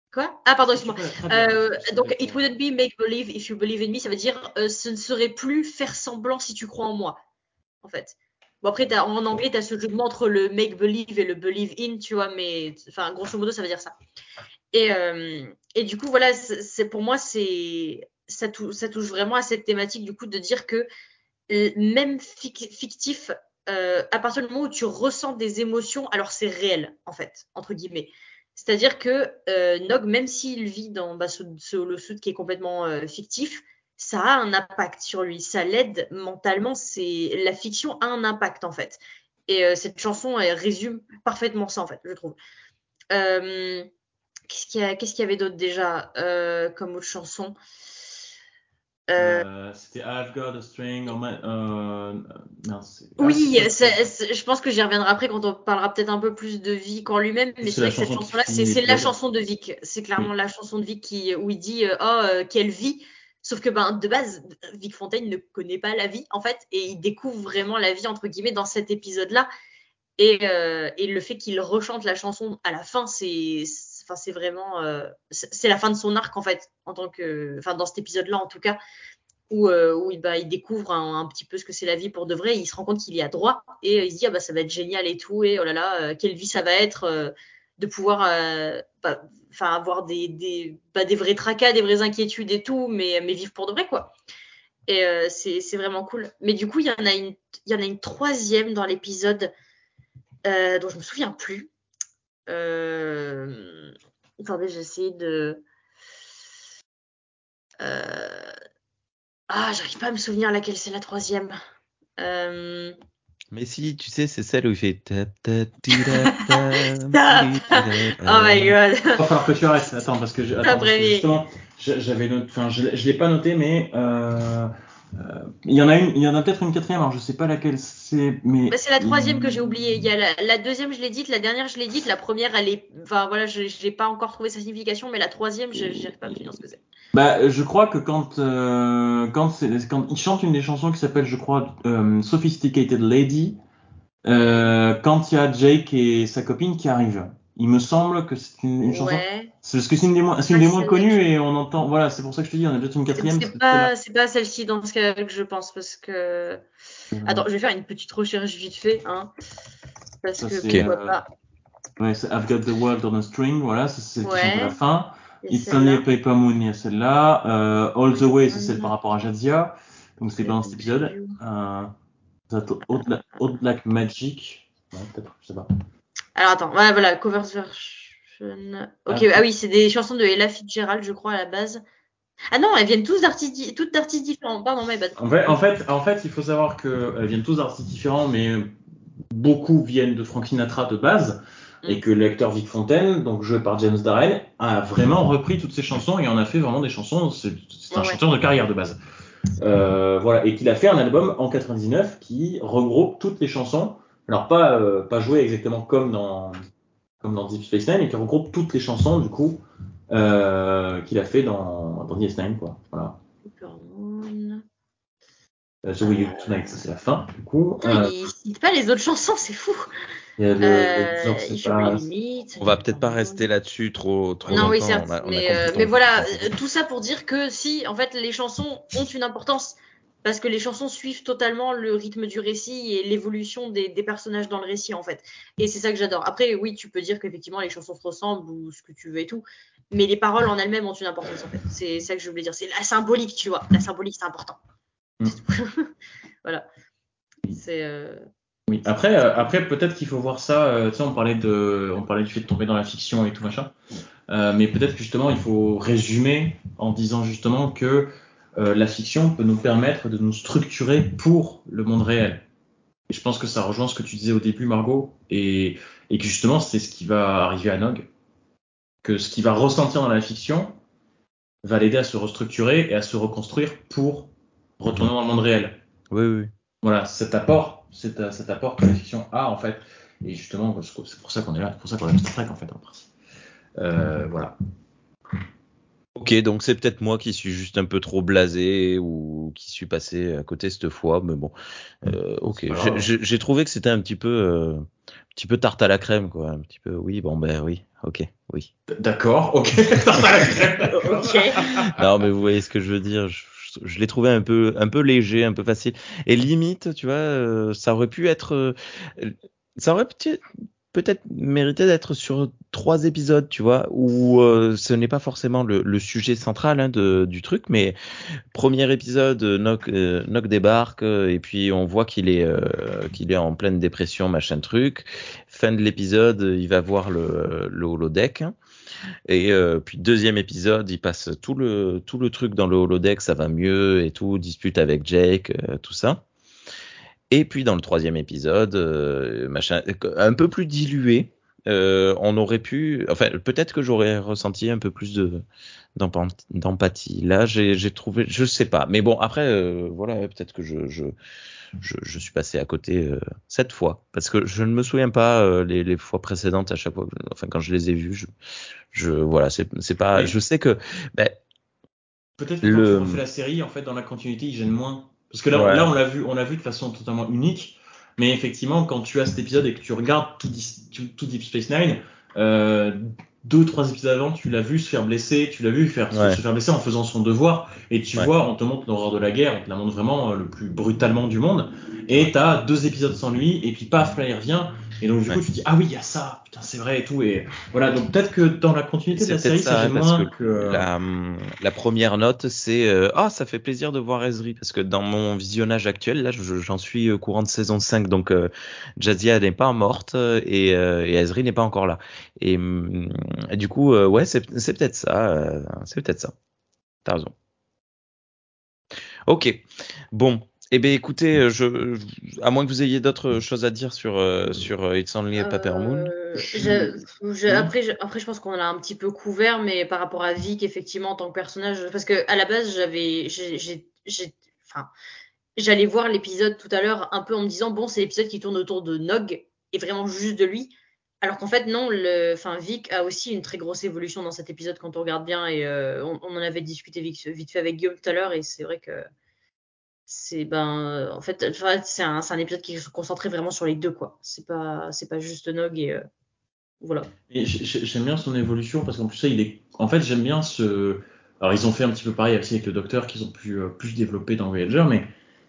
Quoi? Ah, pardon, excuse-moi. Très bien. Donc, it wouldn't be make believe if you believe in me. Ça veut dire, ce ne serait plus faire semblant si tu crois en moi, en fait. Bon, après, en anglais, tu as ce jeu de mots entre le make believe et le believe in, tu vois, mais enfin, grosso modo, ça veut dire ça. Et du coup, voilà, pour moi, ça touche vraiment à cette thématique, du coup, de dire que même fictif, à partir du moment où tu ressens des émotions, alors c'est réel, en fait, entre guillemets. C'est-à-dire que Nog, même s'il vit dans ce holosuit qui est complètement fictif, ça a un impact sur lui, ça l'aide mentalement. La fiction a un impact, en fait. Et cette chanson, elle résume parfaitement ça, en fait, je trouve. Qu'est-ce qu'il y avait d'autre déjà comme autre chanson? C'était I've got a string on my. Mince. Oui, je pense que j'y reviendrai après quand on parlera peut-être un peu plus de Vic en lui-même, mais c'est la vrai que cette chanson qui chanson-là, finit c'est la l'épisode. chanson de Vic. C'est clairement Oui. la chanson de Vic où il dit quelle vie. Sauf que de base, Vic Fontaine ne connaît pas la vie en fait, et il découvre vraiment la vie entre guillemets dans cet épisode-là. Et le fait qu'il rechante la chanson à la fin, c'est vraiment c'est la fin de son arc en fait, dans cet épisode-là en tout cas, où il découvre un petit peu ce que c'est la vie pour de vrai. Il se rend compte qu'il y a droit et il se dit ça va être génial et tout, et oh là là, quelle vie ça va être de pouvoir avoir des vrais tracas, des vraies inquiétudes et tout, mais vivre pour de vrai quoi. Et c'est vraiment cool. Mais du coup, il y en a une troisième dans l'épisode dont je me souviens plus. Attendez, j'essaie de. J'arrive pas à me souvenir laquelle c'est la troisième. Mais si, tu sais, c'est celle où il fait tap tap Stop. Oh my god. Il va falloir que tu arrêtes. Attends, parce que justement, j'avais noté, enfin, je l'ai pas noté, mais il y en a peut-être une quatrième. Alors je sais pas laquelle c'est, mais. C'est la troisième que j'ai oubliée. Il y a la deuxième, je l'ai dite, la dernière, je l'ai dite, la première, elle est. Enfin voilà, je n'ai pas encore trouvé sa signification, mais la troisième, je n'arrive pas à me souvenir ce que c'est. Je crois que quand il chante une des chansons qui s'appelle, je crois, Sophisticated Lady, quand il y a Jake et sa copine qui arrivent, il me semble que c'est une chanson. Ouais. C'est parce que c'est une des moins connues et on entend. Voilà, c'est pour ça que je te dis, on a peut-être une quatrième. C'est pas celle-ci dans ce cas que je pense, parce que. Attends, je vais faire une petite recherche vite fait, hein. Parce Ça, que c'est, pourquoi pas. Ouais, c'est I've Got the World on a String, voilà, c'est celle qui chante à la Ouais. fin. Et It's Only a celle-là. Paper Moon, il y a celle-là. All the Way, c'est celle par rapport à Jadzia. Donc c'est pendant cet épisode. Old Black Magic. Ouais, peut-être, je sais pas. Alors attends, ouais, voilà, cover version. Ok, ah oui, c'est des chansons de Ella Fitzgerald, je crois, à la base. Ah non, elles viennent toutes d'artistes différents. Pardon, my bad. En fait, il faut savoir qu'elles viennent tous d'artistes différents, mais beaucoup viennent de Frank Sinatra de base, et que l'acteur Vic Fontaine, donc joué par James Darrell, a vraiment repris toutes ces chansons et en a fait vraiment des chansons. C'est un chanteur de carrière de base. Voilà, et qu'il a fait un album en 99 qui regroupe toutes les chansons. Alors pas joué exactement comme dans Deep Space Nine, mais qui regroupe toutes les chansons du coup qu'il a fait dans DS9 quoi. Voilà. The Way You Tonight, ça c'est la fin du coup. Putain, il cite pas les autres chansons, c'est fou. Il y a le If You Believe in Me. On va peut-être pas rester là-dessus trop Non, longtemps. oui, certes. On a Mais compris voilà, tout ça pour dire que si, en fait, les chansons ont une importance. Parce que les chansons suivent totalement le rythme du récit et l'évolution des personnages dans le récit, en fait. Et c'est ça que j'adore. Après, oui, tu peux dire qu'effectivement, les chansons se ressemblent ou ce que tu veux et tout. Mais les paroles en elles-mêmes ont une importance, en fait. C'est ça que je voulais dire. C'est la symbolique, tu vois. La symbolique, c'est important. Voilà. C'est. Oui. Après peut-être qu'il faut voir ça. Tu sais, on parlait du fait de tomber dans la fiction et tout machin. Mais peut-être que justement, il faut résumer en disant justement que la fiction peut nous permettre de nous structurer pour le monde réel. Et je pense que ça rejoint ce que tu disais au début, Margot, et que justement, c'est ce qui va arriver à Nog. Que ce qu'il va ressentir dans la fiction va l'aider à se restructurer et à se reconstruire pour retourner dans le monde réel. Oui. Voilà, cet apport que la fiction a, en fait. Et justement, c'est pour ça qu'on est là, c'est pour ça qu'on aime Star Trek, en fait, en principe. Voilà. Ok, donc c'est peut-être moi qui suis juste un peu trop blasé ou qui suis passé à côté cette fois, mais bon, ok. C'est pas grave. J'ai trouvé que c'était un petit peu tarte à la crème, quoi. Un petit peu, oui, bon, ben oui, ok, oui. D'accord, ok. Tarte à la crème, d'accord. Ok. Non, mais vous voyez ce que je veux dire. Je l'ai trouvé un peu léger, un peu facile. Et limite, tu vois, ça aurait peut-être mérité d'être sur 3 épisodes, tu vois, où ce n'est pas forcément le sujet central hein, du truc, mais premier épisode, Nock débarque et puis on voit qu'il est en pleine dépression, machin truc. Fin de l'épisode, il va voir le holodeck. Et puis deuxième épisode, il passe tout le truc dans le holodeck, ça va mieux et tout, dispute avec Jake, tout ça. Et puis dans le troisième épisode, machin, un peu plus dilué, on aurait pu, enfin peut-être que j'aurais ressenti un peu plus d'empathie. Là, j'ai trouvé, je sais pas, mais bon après, voilà, peut-être que je suis passé à côté cette fois parce que je ne me souviens pas les fois précédentes à chaque fois, enfin quand je les ai vus, voilà, c'est pas, Mais je sais que ben, peut-être que quand tu refais le, la série, en fait, dans la continuité, il gêne moins. Parce que là, ouais, on l'a vu de façon totalement unique. Mais effectivement, quand tu as cet épisode et que tu regardes tout Deep Space Nine, euh, 2 ou 3 épisodes avant, tu l'as vu se faire blesser, tu l'as vu ouais, se faire blesser en faisant son devoir. Et tu ouais, vois, on te montre l'horreur de la guerre, on te la montre vraiment le plus brutalement du monde. Et t'as 2 épisodes sans lui, et puis paf, là, il revient. Et donc, du coup, ouais. tu te dis, ah oui, il y a ça, putain, c'est vrai et tout. Et voilà, donc peut-être que dans la continuité de C'est la peut-être série, ça ça, hein, gêne parce que moins que. la première note, c'est ah, ça fait plaisir de voir Ezri, parce que dans mon visionnage actuel, là, j'en suis au courant de saison 5, donc Jadzia n'est pas morte et Ezri n'est pas encore là. Et du coup, ouais, c'est peut-être ça, c'est peut-être ça. T'as raison. Ok, bon. Eh bien, écoutez, à moins que vous ayez d'autres choses à dire sur It's Only a Paper Moon. Oui. Après, je pense qu'on l'a un petit peu couvert, mais par rapport à Vic, effectivement, en tant que personnage, parce que à la base, enfin, j'allais voir l'épisode tout à l'heure un peu en me disant, bon, c'est l'épisode qui tourne autour de Nog et vraiment juste de lui. Alors qu'en fait, non, enfin, Vic a aussi une très grosse évolution dans cet épisode quand on regarde bien, et on en avait discuté vite fait avec Guillaume tout à l'heure, et c'est vrai que en fait, enfin, c'est un épisode qui se concentrait vraiment sur les deux, quoi. C'est pas juste Nog, et voilà. Et j'aime bien son évolution parce qu'en plus ça, il est. En fait, j'aime bien ce. Alors, ils ont fait un petit peu pareil aussi avec le Docteur qu'ils ont pu plus développer dans Voyager, mais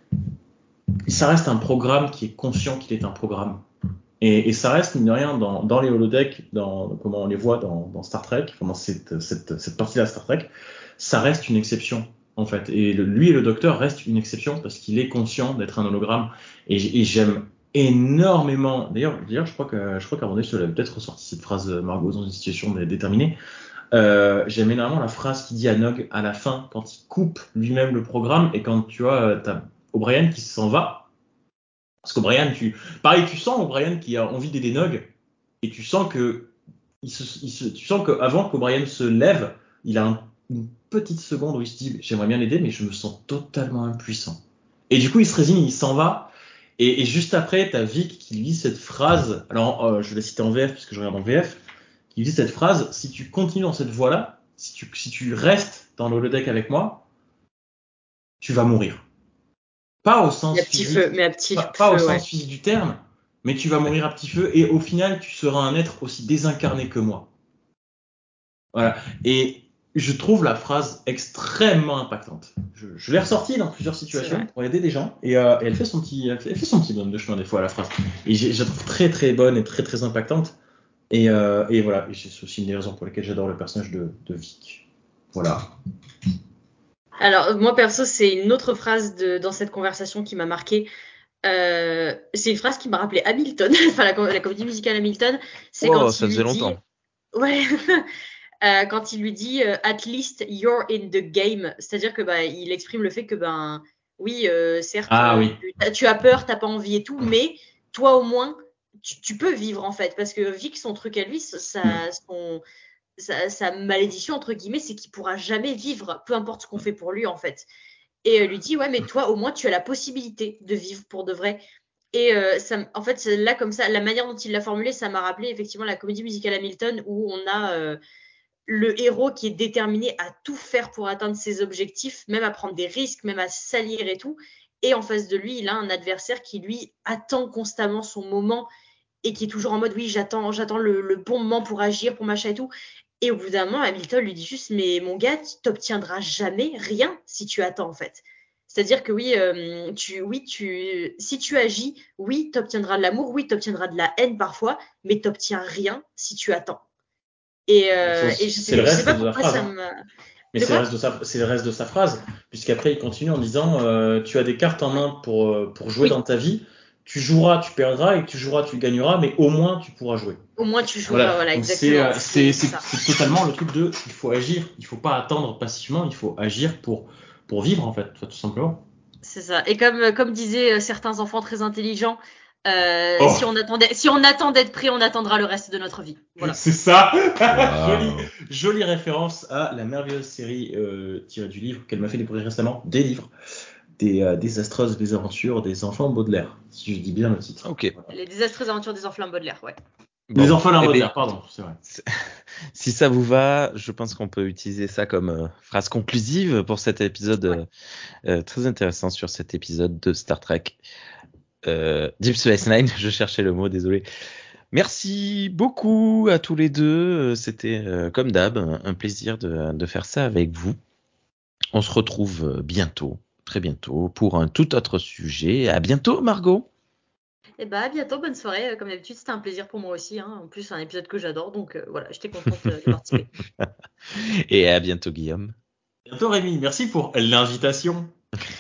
ça reste un programme qui est conscient qu'il est un programme. Et ça reste, mine de rien, dans les holodecks, dans comment on les voit dans Star Trek, dans cette partie-là de Star Trek, ça reste une exception, en fait. Et lui et le Docteur restent une exception parce qu'il est conscient d'être un hologramme. Et j'aime énormément. D'ailleurs, je crois qu'à un moment donné, je te l'avais peut-être ressorti cette phrase, Margot, dans une situation déterminée. J'aime énormément la phrase qu'il dit à Nog à la fin, quand il coupe lui-même le programme et quand tu vois, t'as O'Brien qui s'en va. Parce qu'O'Brien, pareil, tu sens O'Brien qui a envie d'aider Nog et tu sens que, tu sens qu'avant qu'O'Brien se lève, il a une petite seconde où il se dit, j'aimerais bien l'aider, mais je me sens totalement impuissant. Et du coup, il se résigne, il s'en va. Et juste après, t'as Vic qui lit cette phrase. Alors, je vais la citer en VF parce que je regarde en VF. Qui lit cette phrase: si tu continues dans cette voie-là, si tu restes dans le holodeck avec moi, tu vas mourir. Pas au Mais sens à petit feu, physique, pas au feu, sens ouais. physique du terme, mais tu vas mourir à petit feu et au final, tu seras un être aussi désincarné que moi. Voilà. Et je trouve la phrase extrêmement impactante. Je l'ai ressortie dans plusieurs C'est situations vrai. pour aider des gens et elle fait elle fait son petit bonhomme de chemin des fois à la phrase. Et je la trouve très très bonne et très très impactante. Et voilà, et c'est aussi une des raisons pour lesquelles j'adore le personnage de Vic. Voilà. Alors, moi, perso, c'est une autre phrase dans cette conversation qui m'a marquée. C'est une phrase qui m'a rappelé Hamilton, enfin la comédie musicale Hamilton. C'est Oh, quand ça il lui faisait dit, longtemps. ouais, quand il lui dit At least you're in the game. C'est-à-dire que bah, il exprime le fait que ben oui, certes, Ah oui. tu as peur, t'as pas envie et tout, mais toi au moins tu peux vivre en fait, parce que Vic, son truc à lui, sa malédiction entre guillemets, c'est qu'il pourra jamais vivre, peu importe ce qu'on fait pour lui en fait. Et lui dit ouais, mais toi au moins tu as la possibilité de vivre pour de vrai. Et en fait, là comme ça, la manière dont il l'a formulé, ça m'a rappelé effectivement la comédie musicale Hamilton, où on a le héros qui est déterminé à tout faire pour atteindre ses objectifs, même à prendre des risques, même à salir et tout. Et en face de lui, il a un adversaire qui, lui, attend constamment son moment et qui est toujours en mode, oui, j'attends le bon moment pour agir, pour machin et tout. Et au bout d'un moment, Hamilton lui dit juste, mais mon gars, tu t'obtiendras jamais rien si tu attends, en fait. C'est-à-dire que oui, si tu agis, oui, tu obtiendras de l'amour, oui, tu obtiendras de la haine parfois, mais tu n'obtiens rien si tu attends. Et je C'est le sais reste pas de la pourquoi phrase. ça Hein. m'a. Mais De c'est le quoi? reste de c'est le reste de sa phrase, puisqu'après il continue en disant tu as des cartes en main pour jouer Oui, dans ta vie, tu joueras, tu perdras, et tu joueras, tu gagneras, mais au moins tu pourras jouer. au moins tu joueras, Voilà, voilà, donc exactement. C'est ça. c'est totalement le truc de il faut agir, il faut pas attendre passivement, il faut agir pour vivre en fait, tout simplement. C'est ça. Et comme disaient certains enfants très intelligents, Oh, si on attend d'être prêt, on attendra le reste de notre vie. Voilà. c'est ça. Wow. Jolie référence à la merveilleuse série tirée du livre qu'elle m'a fait découvrir récemment, des livres, des désastreuses aventures des enfants Baudelaire, si je dis bien le titre. Ok. Voilà. Les désastreuses aventures des orphelins Baudelaire, ouais. Bon. Des orphelins Eh ben, Baudelaire, pardon, c'est vrai. si ça vous va, je pense qu'on peut utiliser ça comme phrase conclusive pour cet épisode très intéressant sur cet épisode de Star Trek. Deep Space Nine, je cherchais le mot, désolé. Merci beaucoup à tous les deux. C'était comme d'hab un plaisir de faire ça avec vous. On se retrouve bientôt, très bientôt, pour un tout autre sujet. À bientôt, Margot. Et bah à bientôt, bonne soirée. Comme d'habitude, c'était un plaisir pour moi aussi. Hein. En plus, c'est un épisode que j'adore, donc voilà, j'étais contente de participer. Et à bientôt, Guillaume. Bientôt Rémi, merci pour l'invitation.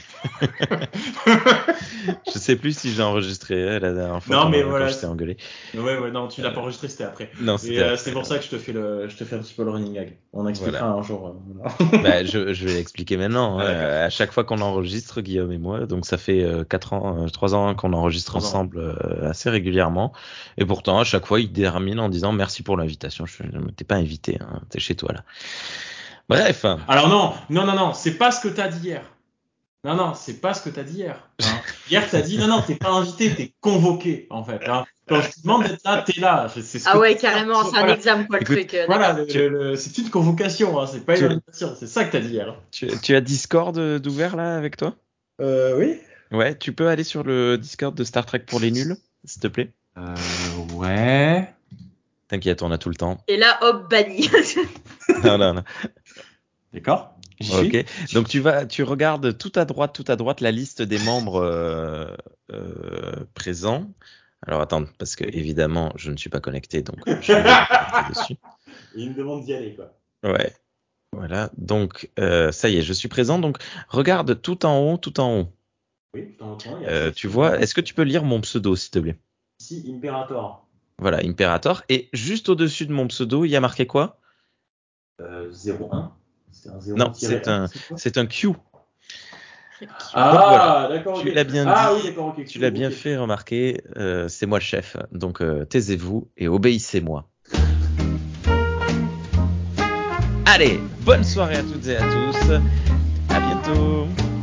Je sais plus si j'ai enregistré la dernière fois Non mais quand voilà. je t'ai engueulé. Ouais, non, tu l'as pas enregistré, c'était après. Non, Et c'était après. c'est pour ça que je te fais un petit peu le running gag. On expliquera Voilà. un jour. Bah, je vais l'expliquer maintenant. Ah, d'accord. À chaque fois qu'on enregistre, Guillaume et moi, donc ça fait 3 ans qu'on enregistre 3 ans. ensemble assez régulièrement. Et pourtant, à chaque fois, il termine en disant merci pour l'invitation. T'es pas invité, hein, t'es chez toi là. Bref. Alors non, c'est pas ce que t'as dit hier. Non, c'est pas ce que t'as dit hier. Hein. Hier, t'as dit non, t'es pas invité, t'es convoqué en fait. Hein. Quand je te demande d'être là, t'es là. C'est ce Ah que ouais, t'as dit. carrément, c'est un Voilà. examen quoi le Écoute, truc. Voilà, D'accord. c'est une convocation, hein, c'est pas une invitation. C'est ça que t'as dit hier. Tu as Discord d'ouvert là avec toi? Oui. Ouais, tu peux aller sur le Discord de Star Trek pour les nuls, s'il te plaît. Ouais. T'inquiète, on a tout le temps. Et là, hop, banni. Non. D'accord. J'y Ok. suis. Donc tu regardes tout à droite la liste des membres présents. Alors attends, parce que évidemment je ne suis pas connecté, donc je vais me connecter dessus. Il me demande d'y aller quoi. Ouais. Voilà. Donc ça y est, je suis présent. Donc regarde tout en haut, tout en haut. Oui, tout en entend, il y a Tu vois, est-ce que tu peux lire mon pseudo, s'il te plaît? ici Imperator. Voilà, Imperator. Et juste au-dessus de mon pseudo, il y a marqué quoi? 01. C'est un 0 Non, tiré 1, c'est quoi? c'est un Q. Ah, Donc voilà, d'accord, tu ok. l'as bien Ah dit, oui, d'accord, ok. tu l'as bien Ok. fait remarquer, c'est moi le chef. Donc taisez-vous et obéissez-moi. Allez, bonne soirée à toutes et à tous. À bientôt.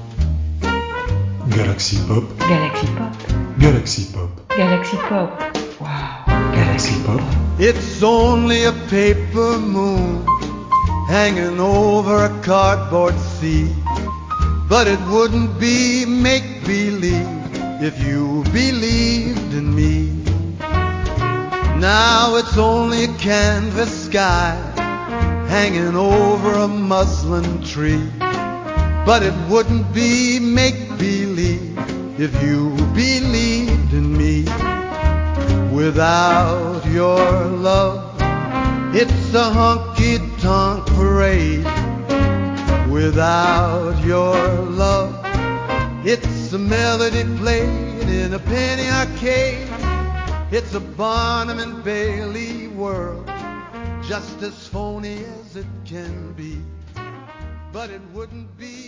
Galaxy Pop, Galaxy Pop, Galaxy Pop, Galaxy Pop. Wow, Galaxy Pop. It's only a paper moon hanging over a cardboard sea. But it wouldn't be make-believe if you believed in me. Now it's only a canvas sky hanging over a muslin tree. But it wouldn't be make-believe if you believed in me. Without your love, it's a honky-tonk parade. Without your love, it's a melody played in a penny arcade. It's a Barnum and Bailey world, just as phony as it can be. But it wouldn't be